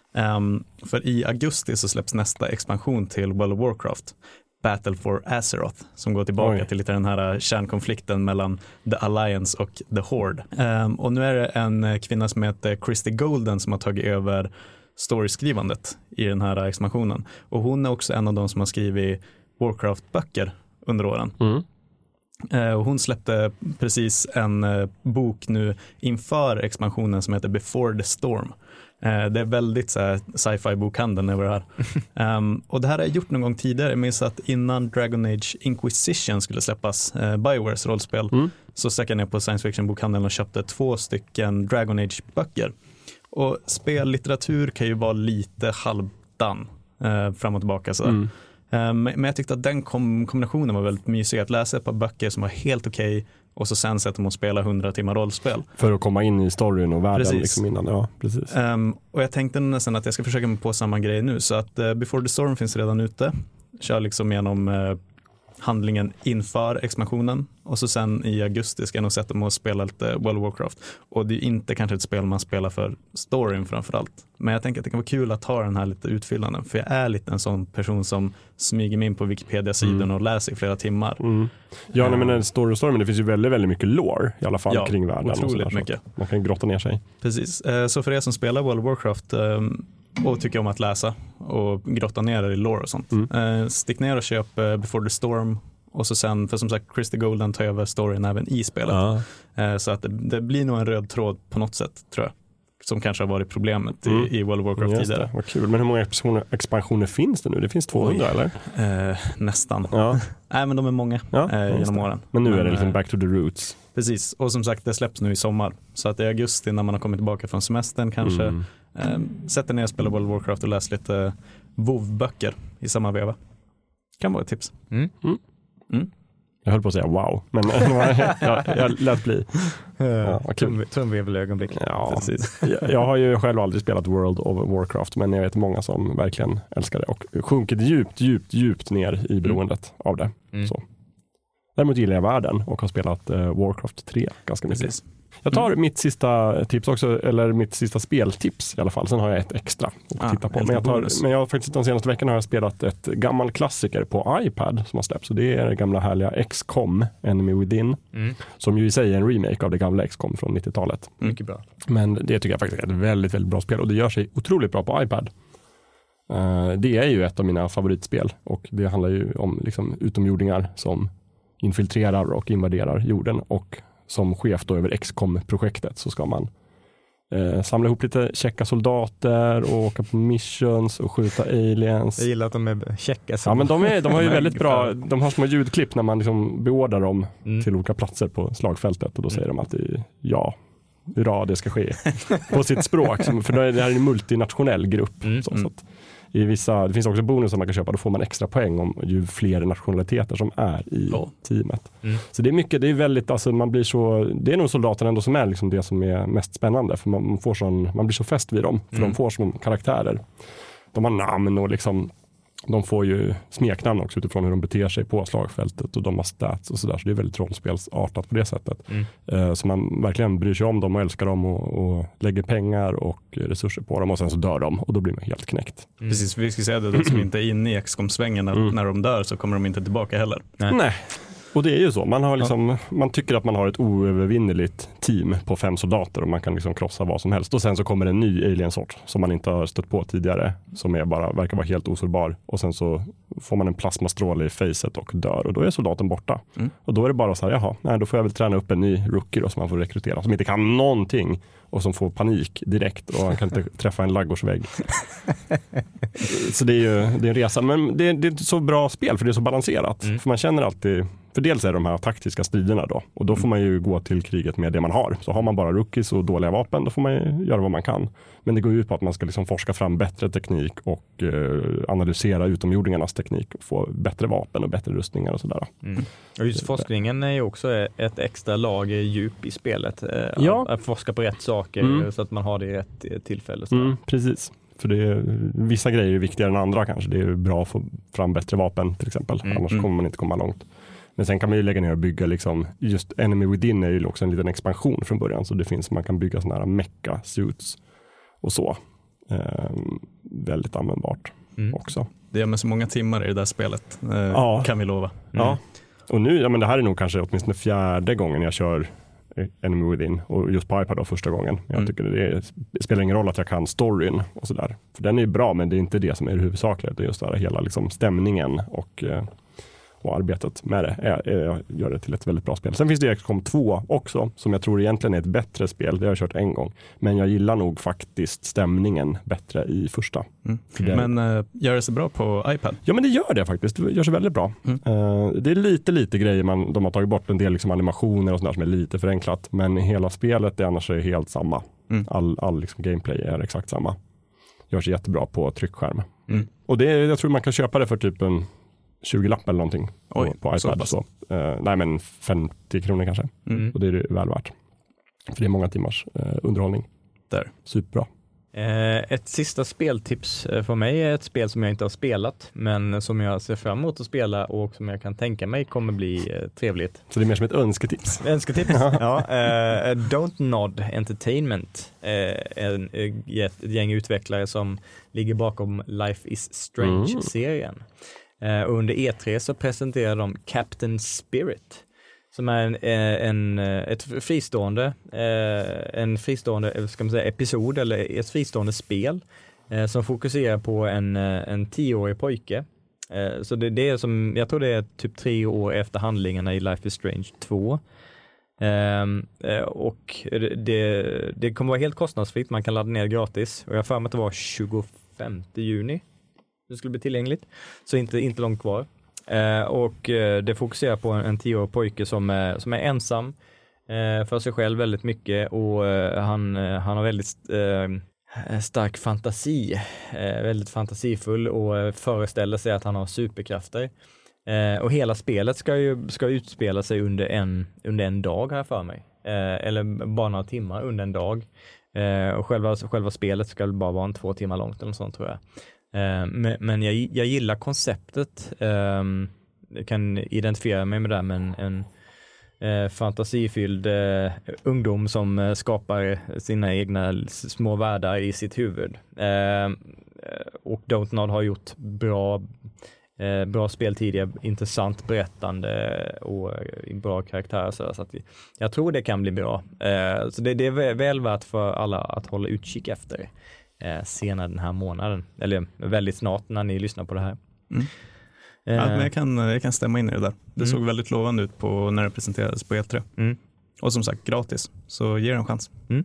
Um, för i augusti så släpps nästa expansion till World of Warcraft, Battle for Azeroth, som går tillbaka Oj. till lite den här kärnkonflikten mellan The Alliance och The Horde. Um, och nu är det en kvinna som heter Christy Golden som har tagit över storyskrivandet i den här expansionen. Och hon är också en av de som har skrivit Warcraft-böcker under åren. Mm. Uh, och hon släppte precis en uh, bok nu inför expansionen som heter Before the Storm. Uh, det är väldigt så här, sci-fi bokhandeln över det här. Um, och det här har jag gjort någon gång tidigare. Jag minns att innan Dragon Age Inquisition skulle släppas, uh, BioWares rollspel, mm. så stack jag ner på science fiction bokhandeln och köpte två stycken Dragon Age-böcker. Och spellitteratur kan ju vara lite halvdan uh, fram och tillbaka så. Mm. Um, men jag tyckte att den kom- kombinationen var väldigt mysig. Att läsa ett par böcker som var helt okej okay, och så sen sätter man att spela hundra timmar rollspel. För att komma in i storyn och världen liksom innan. Ja, precis. Um, och jag tänkte nästan att jag ska försöka mig på samma grej nu. Så att uh, Before the Storm finns redan ute. Kör liksom genom uh, handlingen inför expansionen. Och så sen i augusti ska jag nog sätta mig och spela lite World of Warcraft. Och det är inte kanske ett spel man spelar för storyn framförallt. Men jag tänker att det kan vara kul att ta den här lite utfyllanden. För jag är lite en sån person som smyger mig in på Wikipedia-sidan mm. och läser i flera timmar. Mm. Ja, uh, nej, men story och story, men det finns ju väldigt, väldigt mycket lore i alla fall ja, kring världen. Otroligt och mycket. Man kan grotta ner sig. Precis. Uh, så för er som spelar World of Warcraft um, och tycker om att läsa och grotta ner er i lore och sånt. Mm. Uh, stick ner och köp uh, Before the Storm. Och så sen, för som sagt, Christy Golden tar över storyn även i spelet. Ja. Eh, så att det, det blir nog en röd tråd på något sätt, tror jag. Som kanske har varit problemet i, mm. i World of Warcraft Just tidigare. Det, vad kul. Men hur många expansioner, expansioner finns det nu? Det finns tvåhundra, Oj. eller? Eh, nästan. Ja. Nej, men de är många ja, eh, genom åren. Men nu men, är det liksom back to the roots. Precis. Och som sagt, det släpps nu i sommar. Så att i augusti när man har kommit tillbaka från semestern kanske mm. eh, sätter ner och spelar World of Warcraft och läser lite WoW-böcker i samma veva. Kan vara ett tips. Mm. Mm. Mm. Jag höll på att säga wow, men jag, jag, jag lät bli. Ja, Trumvevel-ögonblick. Ja, precis. Jag, jag har ju själv aldrig spelat World of Warcraft, men jag vet många som verkligen älskar det och sjunkit djupt, djupt, djupt ner i beroendet mm. av det. Mm. Så. Däremot gillar jag världen och har spelat uh, Warcraft tre ganska mycket. Precis. Jag tar mm. mitt sista tips också, eller mitt sista speltips i alla fall. Sen har jag ett extra att ah, titta på. Men jag, tar, men jag har faktiskt de senaste veckorna har jag spelat ett gammal klassiker på iPad som har släppts. Så det är det gamla härliga X COM, Enemy Within. Mm. Som ju i sig är en remake av det gamla X COM från nittiotalet. Mm. Mycket bra. Men det tycker jag faktiskt är ett väldigt, väldigt bra spel. Och det gör sig otroligt bra på iPad. Uh, det är ju ett av mina favoritspel. Och det handlar ju om liksom, utomjordingar som infiltrerar och invaderar jorden. Och som chef då över X COM-projektet så ska man eh, samla ihop lite checka soldater och åka på missions och skjuta aliens. Jag gillar att de är checka. Ja, men de, är, de har ju väldigt bra, de har små ljudklipp när man liksom beordrar dem mm. till olika platser på slagfältet och då säger mm. de alltid ja, hurra, det ska ske på sitt språk. För det här är en multinationell grupp. Mm. Så, så att i vissa, det finns också bonus som man kan köpa, då får man extra poäng om ju fler nationaliteter som är i oh. teamet. Mm. Så det är mycket, det är väldigt, alltså man blir så, det är nog soldaterna ändå som är liksom det som är mest spännande, för man får sån, man blir så fäst vid dem, för mm. de får som karaktärer. De har namn och liksom, de får ju smeknamn också utifrån hur de beter sig på slagfältet och de har stats och sådär, så det är väldigt rollspelsartat på det sättet. Mm. Uh, så man verkligen bryr sig om dem och älskar dem och, och lägger pengar och resurser på dem och sen så dör de och då blir man helt knäckt. Mm. Precis, vi ska säga det, de som inte är inne i X COM-svängen mm. när de dör så kommer de inte tillbaka heller. Nej. Nej. Och det är ju så, man, har liksom, ja. man tycker att man har ett oövervinneligt team på fem soldater och man kan liksom krossa vad som helst. Och sen så kommer en ny aliensort som man inte har stött på tidigare, som är bara, verkar vara helt osårbar. Och sen så får man en plasmastråle i facet och dör och då är soldaten borta. Mm. Och då är det bara så här, jaha, nej, då får jag väl träna upp en ny rookie då, som man får rekrytera, som inte kan någonting och som får panik direkt och han kan inte träffa en laggårdsvägg. Så det är ju det är en resa, men det är, det är inte så bra spel för det är så balanserat. Mm. För man känner alltid, för dels är det de här taktiska striderna då, och då får man ju gå till kriget med det man har. Så har man bara rookies och dåliga vapen, då får man ju göra vad man kan. Men det går ut på att man ska liksom forska fram bättre teknik och eh, analysera utomjordingarnas teknik och få bättre vapen och bättre rustningar och sådär. Mm. Och just forskningen är ju också ett extra lager djup i spelet. Eh, ja. Att forska på rätt saker mm. så att man har det i rätt tillfälle. Mm, precis. För det är, vissa grejer är viktigare än andra kanske. Det är bra att få fram bättre vapen till exempel. Mm. Annars kommer man inte komma långt. Men sen kan man ju lägga ner och bygga liksom, just Enemy Within är ju också en liten expansion från början, så det finns, man kan bygga sådana här mecha suits och så. Eh, väldigt användbart mm. också. Det är med så många timmar i det där spelet, eh, ja. kan vi lova. Mm. Ja, och nu, ja men det här är nog kanske åtminstone fjärde gången jag kör Enemy Within, och just på iPad då första gången. Jag mm. tycker det, är, det spelar ingen roll att jag kan storyn och sådär. För den är ju bra, men det är inte det som är det huvudsakliga. Det är just där hela liksom stämningen och, och arbetet med det är, är, gör det till ett väldigt bra spel. Sen finns det X COM två också, som jag tror egentligen är ett bättre spel. Det har jag kört en gång. Men jag gillar nog faktiskt stämningen bättre i första. Mm. Det... Men uh, gör det så bra på iPad? Ja, men det gör det faktiskt. Det gör sig väldigt bra. Mm. Uh, det är lite, lite grejer man, de har tagit bort en del liksom animationer och sådär som är lite förenklat. Men hela spelet är annars är helt samma. Mm. All, all liksom gameplay är exakt samma. Gör sig jättebra på tryckskärm. Mm. Och det, jag tror man kan köpa det för typ en tjugo lapp eller någonting. Oj, på, på iPad. Så, uh, nej men femtio kronor kanske. Mm. Och det är det väl värt. För det är många timmars uh, underhållning. Där. Superbra. Uh, ett sista speltips uh, för mig är ett spel som jag inte har spelat, men som jag ser fram emot att spela och som jag kan tänka mig kommer bli uh, trevligt. Så det är mer som ett önsketips? Önsketips, ja. Uh, Don't Nod Entertainment. Uh, en, uh, ett gäng utvecklare som ligger bakom Life is Strange-serien. Mm. Uh, under E tre så presenterar de Captain Spirit, som är en, en, ett fristående, en fristående ska man säga, episod eller ett fristående spel som fokuserar på en, en tioårig pojke. Så det, det är som, jag tror det är typ tre år efter handlingarna i Life is Strange två. Och det, det kommer vara helt kostnadsfritt, man kan ladda ner gratis. Och jag har för mig att det var tjugofemte juni det skulle bli tillgängligt, så inte, inte långt kvar. Uh, och uh, det fokuserar på en, en tioårig pojke som, uh, som är ensam uh, för sig själv väldigt mycket, och uh, han, uh, han har väldigt uh, stark fantasi, uh, väldigt fantasifull, och uh, föreställer sig att han har superkrafter. Uh, och hela spelet ska ju ska utspela sig under en, under en dag här för mig. Uh, eller bara några timmar under en dag. Uh, och själva, själva spelet ska bara vara en två timmar långt eller sånt, tror jag. Uh, men men jag, jag gillar konceptet. Um, jag kan identifiera mig med det, men en uh, fantasifylld uh, ungdom som uh, skapar sina egna små världar i sitt huvud. Uh, och Don't Nod har gjort bra, uh, bra spel tidigare, intressant berättande och uh, bra karaktärer. Så, så att jag tror det kan bli bra. Uh, så det, det är väl värt för alla att hålla utkik efter. Eh, senare den här månaden, eller väldigt snart när ni lyssnar på det här. Mm. Eh. Ja, men jag, kan, jag kan stämma in i det där. Det mm. såg väldigt lovande ut på när det presenterades på E tre. Mm. Och som sagt, gratis. Så ge det en chans. Mm.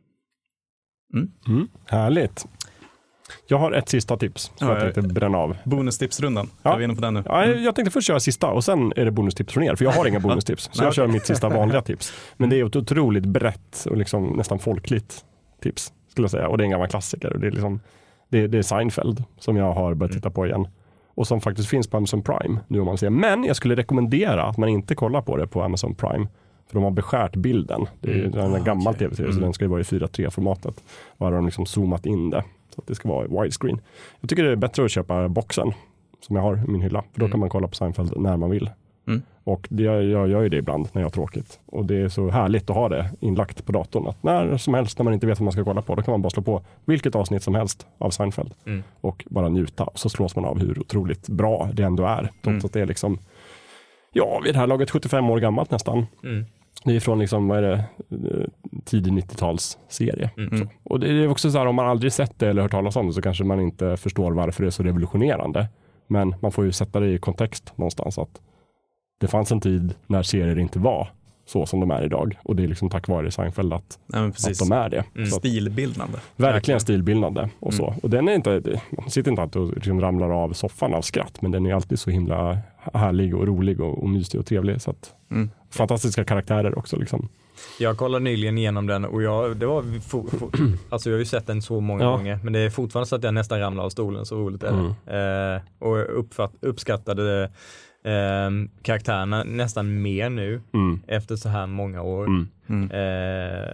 Mm. Mm. Härligt. Jag har ett sista tips som ja, jag tänkte bränna av. Bonustipsrundan. Ja. Är vi inne på den nu? Mm. Ja, jag tänkte först köra sista och sen är det bonustips från er. För jag har inga bonustips. Så jag kör mitt sista vanliga tips. Men det är ett otroligt brett och liksom nästan folkligt tips, skulle jag säga. Och det är en gammal klassiker. Och det, är liksom, det, det är Seinfeld som jag har börjat titta på igen. Och som faktiskt finns på Amazon Prime nu, om man ser. Men jag skulle rekommendera att man inte kollar på det på Amazon Prime. För de har beskärt bilden. Det är mm. en gammal okay. tv-serie, mm. så den ska ju vara i fyra tre-formatet. Och har de liksom zoomat in det. Så att det ska vara widescreen. Jag tycker det är bättre att köpa boxen som jag har i min hylla. För då mm. kan man kolla på Seinfeld när man vill. Mm. Och det, jag, jag gör ju det ibland när jag har tråkigt. Och det är så härligt att ha det inlagt på datorn. Att när som helst, när man inte vet vad man ska kolla på, då kan man bara slå på vilket avsnitt som helst av Seinfeld. Mm. Och bara njuta. Och så slås man av hur otroligt bra det ändå är. Trots mm. att det är liksom, ja, vid det här laget sjuttiofem år gammalt nästan. Mm. Det är från liksom, vad är det, tidig nittio-tals serie. Mm. Och det är också så här, om man aldrig sett det eller hört talas om det, så kanske man inte förstår varför det är så revolutionerande. Men man får ju sätta det i kontext någonstans, att det fanns en tid när serier inte var så som de är idag. Och det är liksom tack vare Seinfeld att, ja, att de är det. Mm. Så stilbildande. Verkligen stilbildande och så. Mm. Och den är inte, man sitter inte alltid och liksom ramlar av soffan av skratt, men den är alltid så himla härlig och rolig och, och mysig och trevlig. Så att, mm. fantastiska karaktärer också liksom. Jag kollade nyligen igenom den och jag, det var fo, fo, alltså jag har ju sett den så många ja. gånger, men det är fortfarande så att jag nästan ramlar av stolen, så roligt är det. Mm. Eh, och uppfatt, uppskattade Eh, karaktärerna nästan mer nu mm. efter så här många år. Mm. Mm. Eh,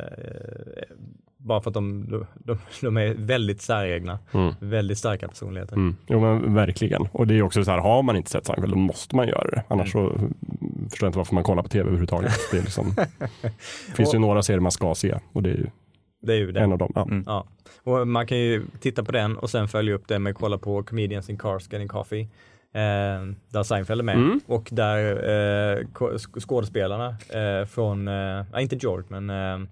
bara för att de, de, de är väldigt säregna. Mm. Väldigt starka personligheter. Mm. Jo, men verkligen. Och det är också så här, har man inte sett Seinfeld, då måste man göra det. Annars mm. så förstår inte varför man kollar på tv överhuvudtaget. Det är liksom, finns och, ju några serier man ska se och det är ju, det är ju det. en av dem. Ja. Mm. Ja. Och man kan ju titta på den och sen följa upp det med att kolla på Comedians in Cars Getting Coffee. Eh, där Seinfeld är med mm. och där eh, skådespelarna eh, från, eh, inte George men eh,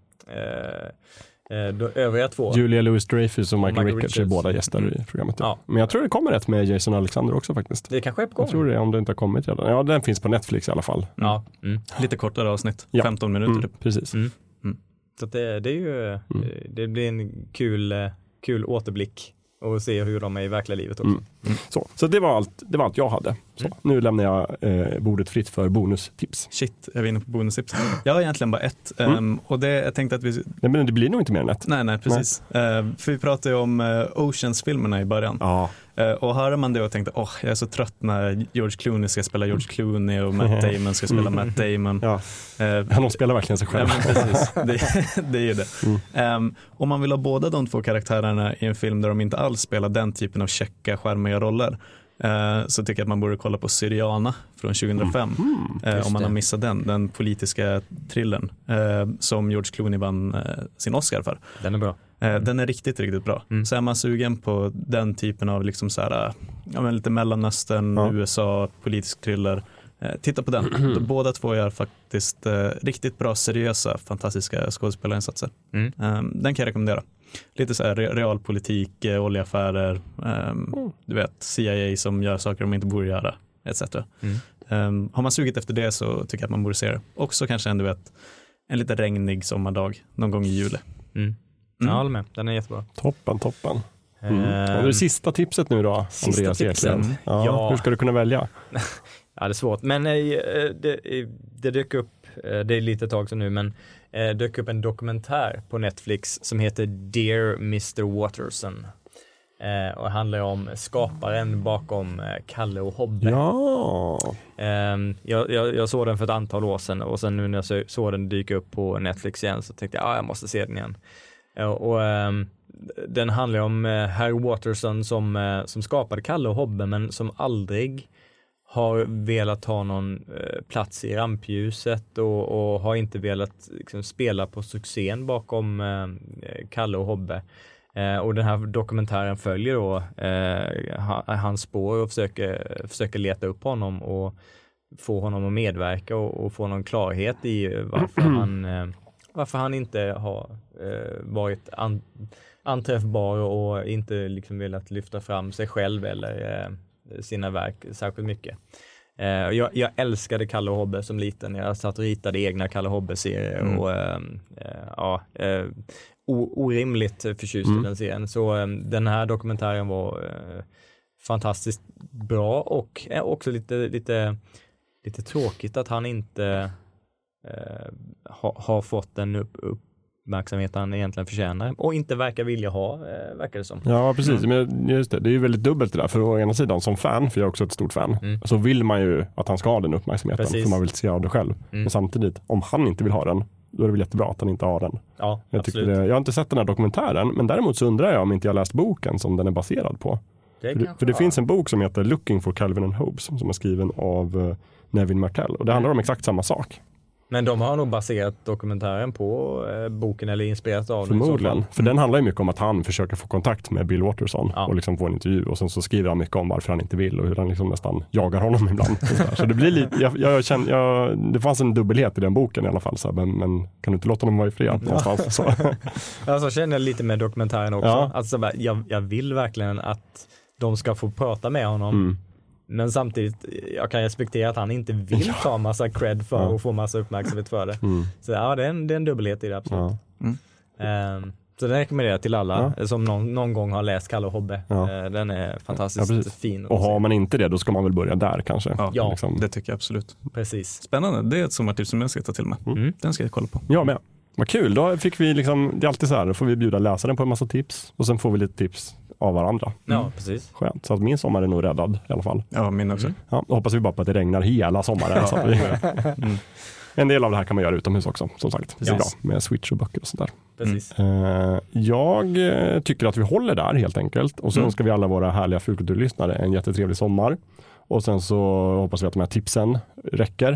eh, de övriga två. Julia Louis-Dreyfus och Michael, Michael Richards, Richards är båda gäster mm. i programmet. Ja. Men jag tror det kommer ett med Jason Alexander också faktiskt. Det kanske är på gång. Jag tror det, om det inte har kommit redan. Ja, den finns på Netflix i alla fall. Mm. Ja. Mm. Lite kortare avsnitt, ja. femton minuter mm, typ. Precis. Mm. Mm. Så det, det är ju mm. det blir en kul, kul återblick och se hur de är i verkliga livet också. Mm. Mm. Så, så det var allt, det var allt jag hade. Så, mm. Nu lämnar jag eh, bordet fritt för bonustips. Shit, jag var inne på bonustips. Jag har egentligen bara ett. Mm. Um, och det, jag tänkte att vi... Nej, men det blir nog inte mer än ett. Nej, nej, precis. Nej. Uh, för vi pratade ju om uh, Oceans-filmerna i början. Ja. Uh, och hörde man det och tänkte, åh, oh, jag är så trött när George Clooney ska spela George Clooney och Matt Damon ska spela mm. Matt Damon. Ja. Uh, Han spelar verkligen sig själv. Ja, precis. det, det är ju det. Mm. Um, om man vill ha båda de två karaktärerna i en film där de inte alls spelar den typen av checka, skärmiga roller, uh, så tycker jag att man borde kolla på Syriana från tjugohundrafem. Mm. Uh, om man har missat den, den politiska thrillern uh, som George Clooney vann uh, sin Oscar för. Den är bra. Mm. Den är riktigt, riktigt bra. Mm. Så är man sugen på den typen av liksom så här, ja, men lite Mellanöstern, ja. U S A, politisk thriller. Eh, titta på den. Mm. Båda två gör faktiskt eh, riktigt bra, seriösa, fantastiska skådespelarinsatser. Mm. Eh, den kan jag rekommendera. Lite så här realpolitik, eh, oljeaffärer, eh, mm. du vet, C I A som gör saker de inte borde göra, et cetera. Mm. Eh, har man sugit efter det så tycker jag att man borde se det. Också kanske en, du vet, en lite regnig sommardag någon gång i juli. Mm. Mm. Jag håller med, den är jättebra. Toppen, toppen. Mm. Mm. Och det sista tipset nu då, sista Andreas tipsen. Ja, ja. Hur ska du kunna välja? Ja, det är svårt. Men äh, det, det dök upp, det är lite tag sedan nu, men äh, dök upp en dokumentär på Netflix som heter Dear mister Watterson. Äh, och handlar om skaparen bakom äh, Kalle och Hobbe. Ja. Äh, jag, jag, jag såg den för ett antal år sedan och sen nu när jag såg den dyka upp på Netflix igen så tänkte jag, ja, jag måste se den igen. Och um, den handlar om uh, Harry Watterson som, uh, som skapade Kalle och Hobbe men som aldrig har velat ha någon uh, plats i rampljuset och, och har inte velat liksom, spela på succén bakom uh, Kalle och Hobbe. Uh, och den här dokumentären följer då uh, hans spår och försöker, försöker leta upp honom och få honom att medverka och, och få någon klarhet i varför han uh, varför han inte har eh, varit an- anträffbar och inte liksom velat lyfta fram sig själv eller eh, sina verk särskilt mycket. Eh, jag, jag älskade Kalle och Hobbe som liten. Jag satt och ritade egna Kalle och Hobbe-serier mm. och eh, ja, eh, o- orimligt förtjust mm. i den serien. Så eh, den här dokumentären var eh, fantastiskt bra och eh, också lite, lite, lite tråkigt att han inte Uh, ha, har fått den upp, uppmärksamhet han egentligen förtjänar och inte verkar vilja ha, uh, verkar det som. Ja, precis. Mm. Men just det, det är ju väldigt dubbelt det där. För å ena sidan som fan, för jag är också ett stort fan, mm. så vill man ju att han ska ha den uppmärksamheten. Precis. För man vill se av det själv. Mm. Men samtidigt, om han inte vill ha den, då är det väl jättebra att han inte har den. Ja, jag, tycker det, jag har inte sett den här dokumentären, men däremot så undrar jag om inte jag läst boken som den är baserad på. Det för, det, för det finns en bok som heter Looking for Calvin and Hobbes som är skriven av uh, Nevin Martell. Och det handlar om exakt samma sak. Men de har nog baserat dokumentären på eh, boken eller inspirerat av den. Förmodligen, för den handlar ju mycket om att han försöker få kontakt med Bill Watterson ja. och liksom få en intervju och sen så skriver han mycket om varför han inte vill och hur han liksom nästan jagar honom ibland. Så det blir lite, jag, jag känner, jag, det fanns en dubbelhet i den boken i alla fall, så här, men, men kan du inte låta honom vara i fred någonstans? Så. Alltså känner jag lite med dokumentären också. Ja. Alltså, jag, jag vill verkligen att de ska få prata med honom. Mm. Men samtidigt, jag kan respektera att han inte vill ta massa cred för ja. och få massa uppmärksamhet för det. Mm. Så ja, det är, en, det är en dubbelhet i det, absolut. Ja. Mm. Um, så den rekommenderar jag till alla ja. som någon, någon gång har läst Kalle och Hobbe. Ja. Uh, den är fantastiskt ja, fin. Och har man inte det, då ska man väl börja där kanske. Ja, ja. Liksom. Det tycker jag absolut. Precis. Spännande, det är ett sommartips som jag ska ta till mig. Mm. Den ska jag kolla på. Ja, men vad kul, då fick vi liksom, det är alltid så här, då får vi bjuda läsaren på en massa tips och sen får vi lite tips av varandra. Mm. Ja, precis. Skönt. Så att min sommar är nog räddad i alla fall. Ja, min också. Mm. Ja, då hoppas vi bara på att det regnar hela sommaren. Så att vi, mm. En del av det här kan man göra utomhus också, som sagt. Det är bra med Switch och böcker och sånt där. Precis. Mm. Jag tycker att vi håller där helt enkelt. Och så mm. önskar vi alla våra härliga fulkulturlyssnare en jättetrevlig sommar. Och sen så hoppas vi att de här tipsen räcker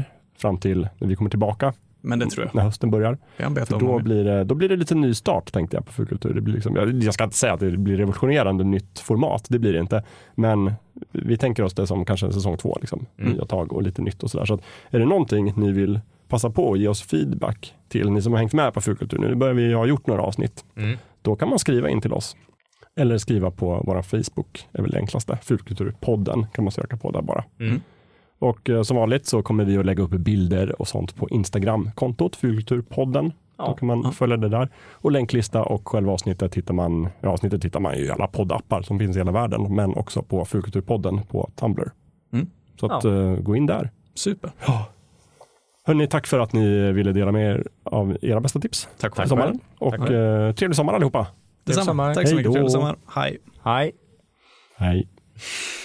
fram till när vi kommer tillbaka. Men det tror jag. När hösten börjar. Jag För då, blir det, då blir det lite ny start tänkte jag på Fulkultur. Det blir liksom, jag ska inte säga att det blir revolutionerande nytt format, det blir det inte. Men vi tänker oss det som kanske en säsong två, liksom. Mm. Nya tag och lite nytt och sådär. Så att, är det någonting ni vill passa på och ge oss feedback till, ni som har hängt med på Fulkultur, nu börjar vi ha gjort några avsnitt. Mm. Då kan man skriva in till oss. Eller skriva på vår Facebook, är väl det enklaste. Fulkulturpodden kan man söka på där bara. Mm. Och eh, som vanligt så kommer vi att lägga upp bilder och sånt på Instagram-kontot Fulkulturpodden. Ja. Då kan man ja. följa det där. Och länklista och själva avsnittet hittar man, ja, avsnittet hittar man ju i alla poddappar som finns i hela världen, men också på Fulkulturpodden på Tumblr. Mm. Så att, ja. eh, gå in där. Super. Ja. Hörrni, tack för att ni ville dela med er av era bästa tips. Tack för sommaren. Och tack. Eh, trevlig sommar allihopa. Detsamma. Tack så mycket. Trevlig sommar. Hej. Hej. Hej.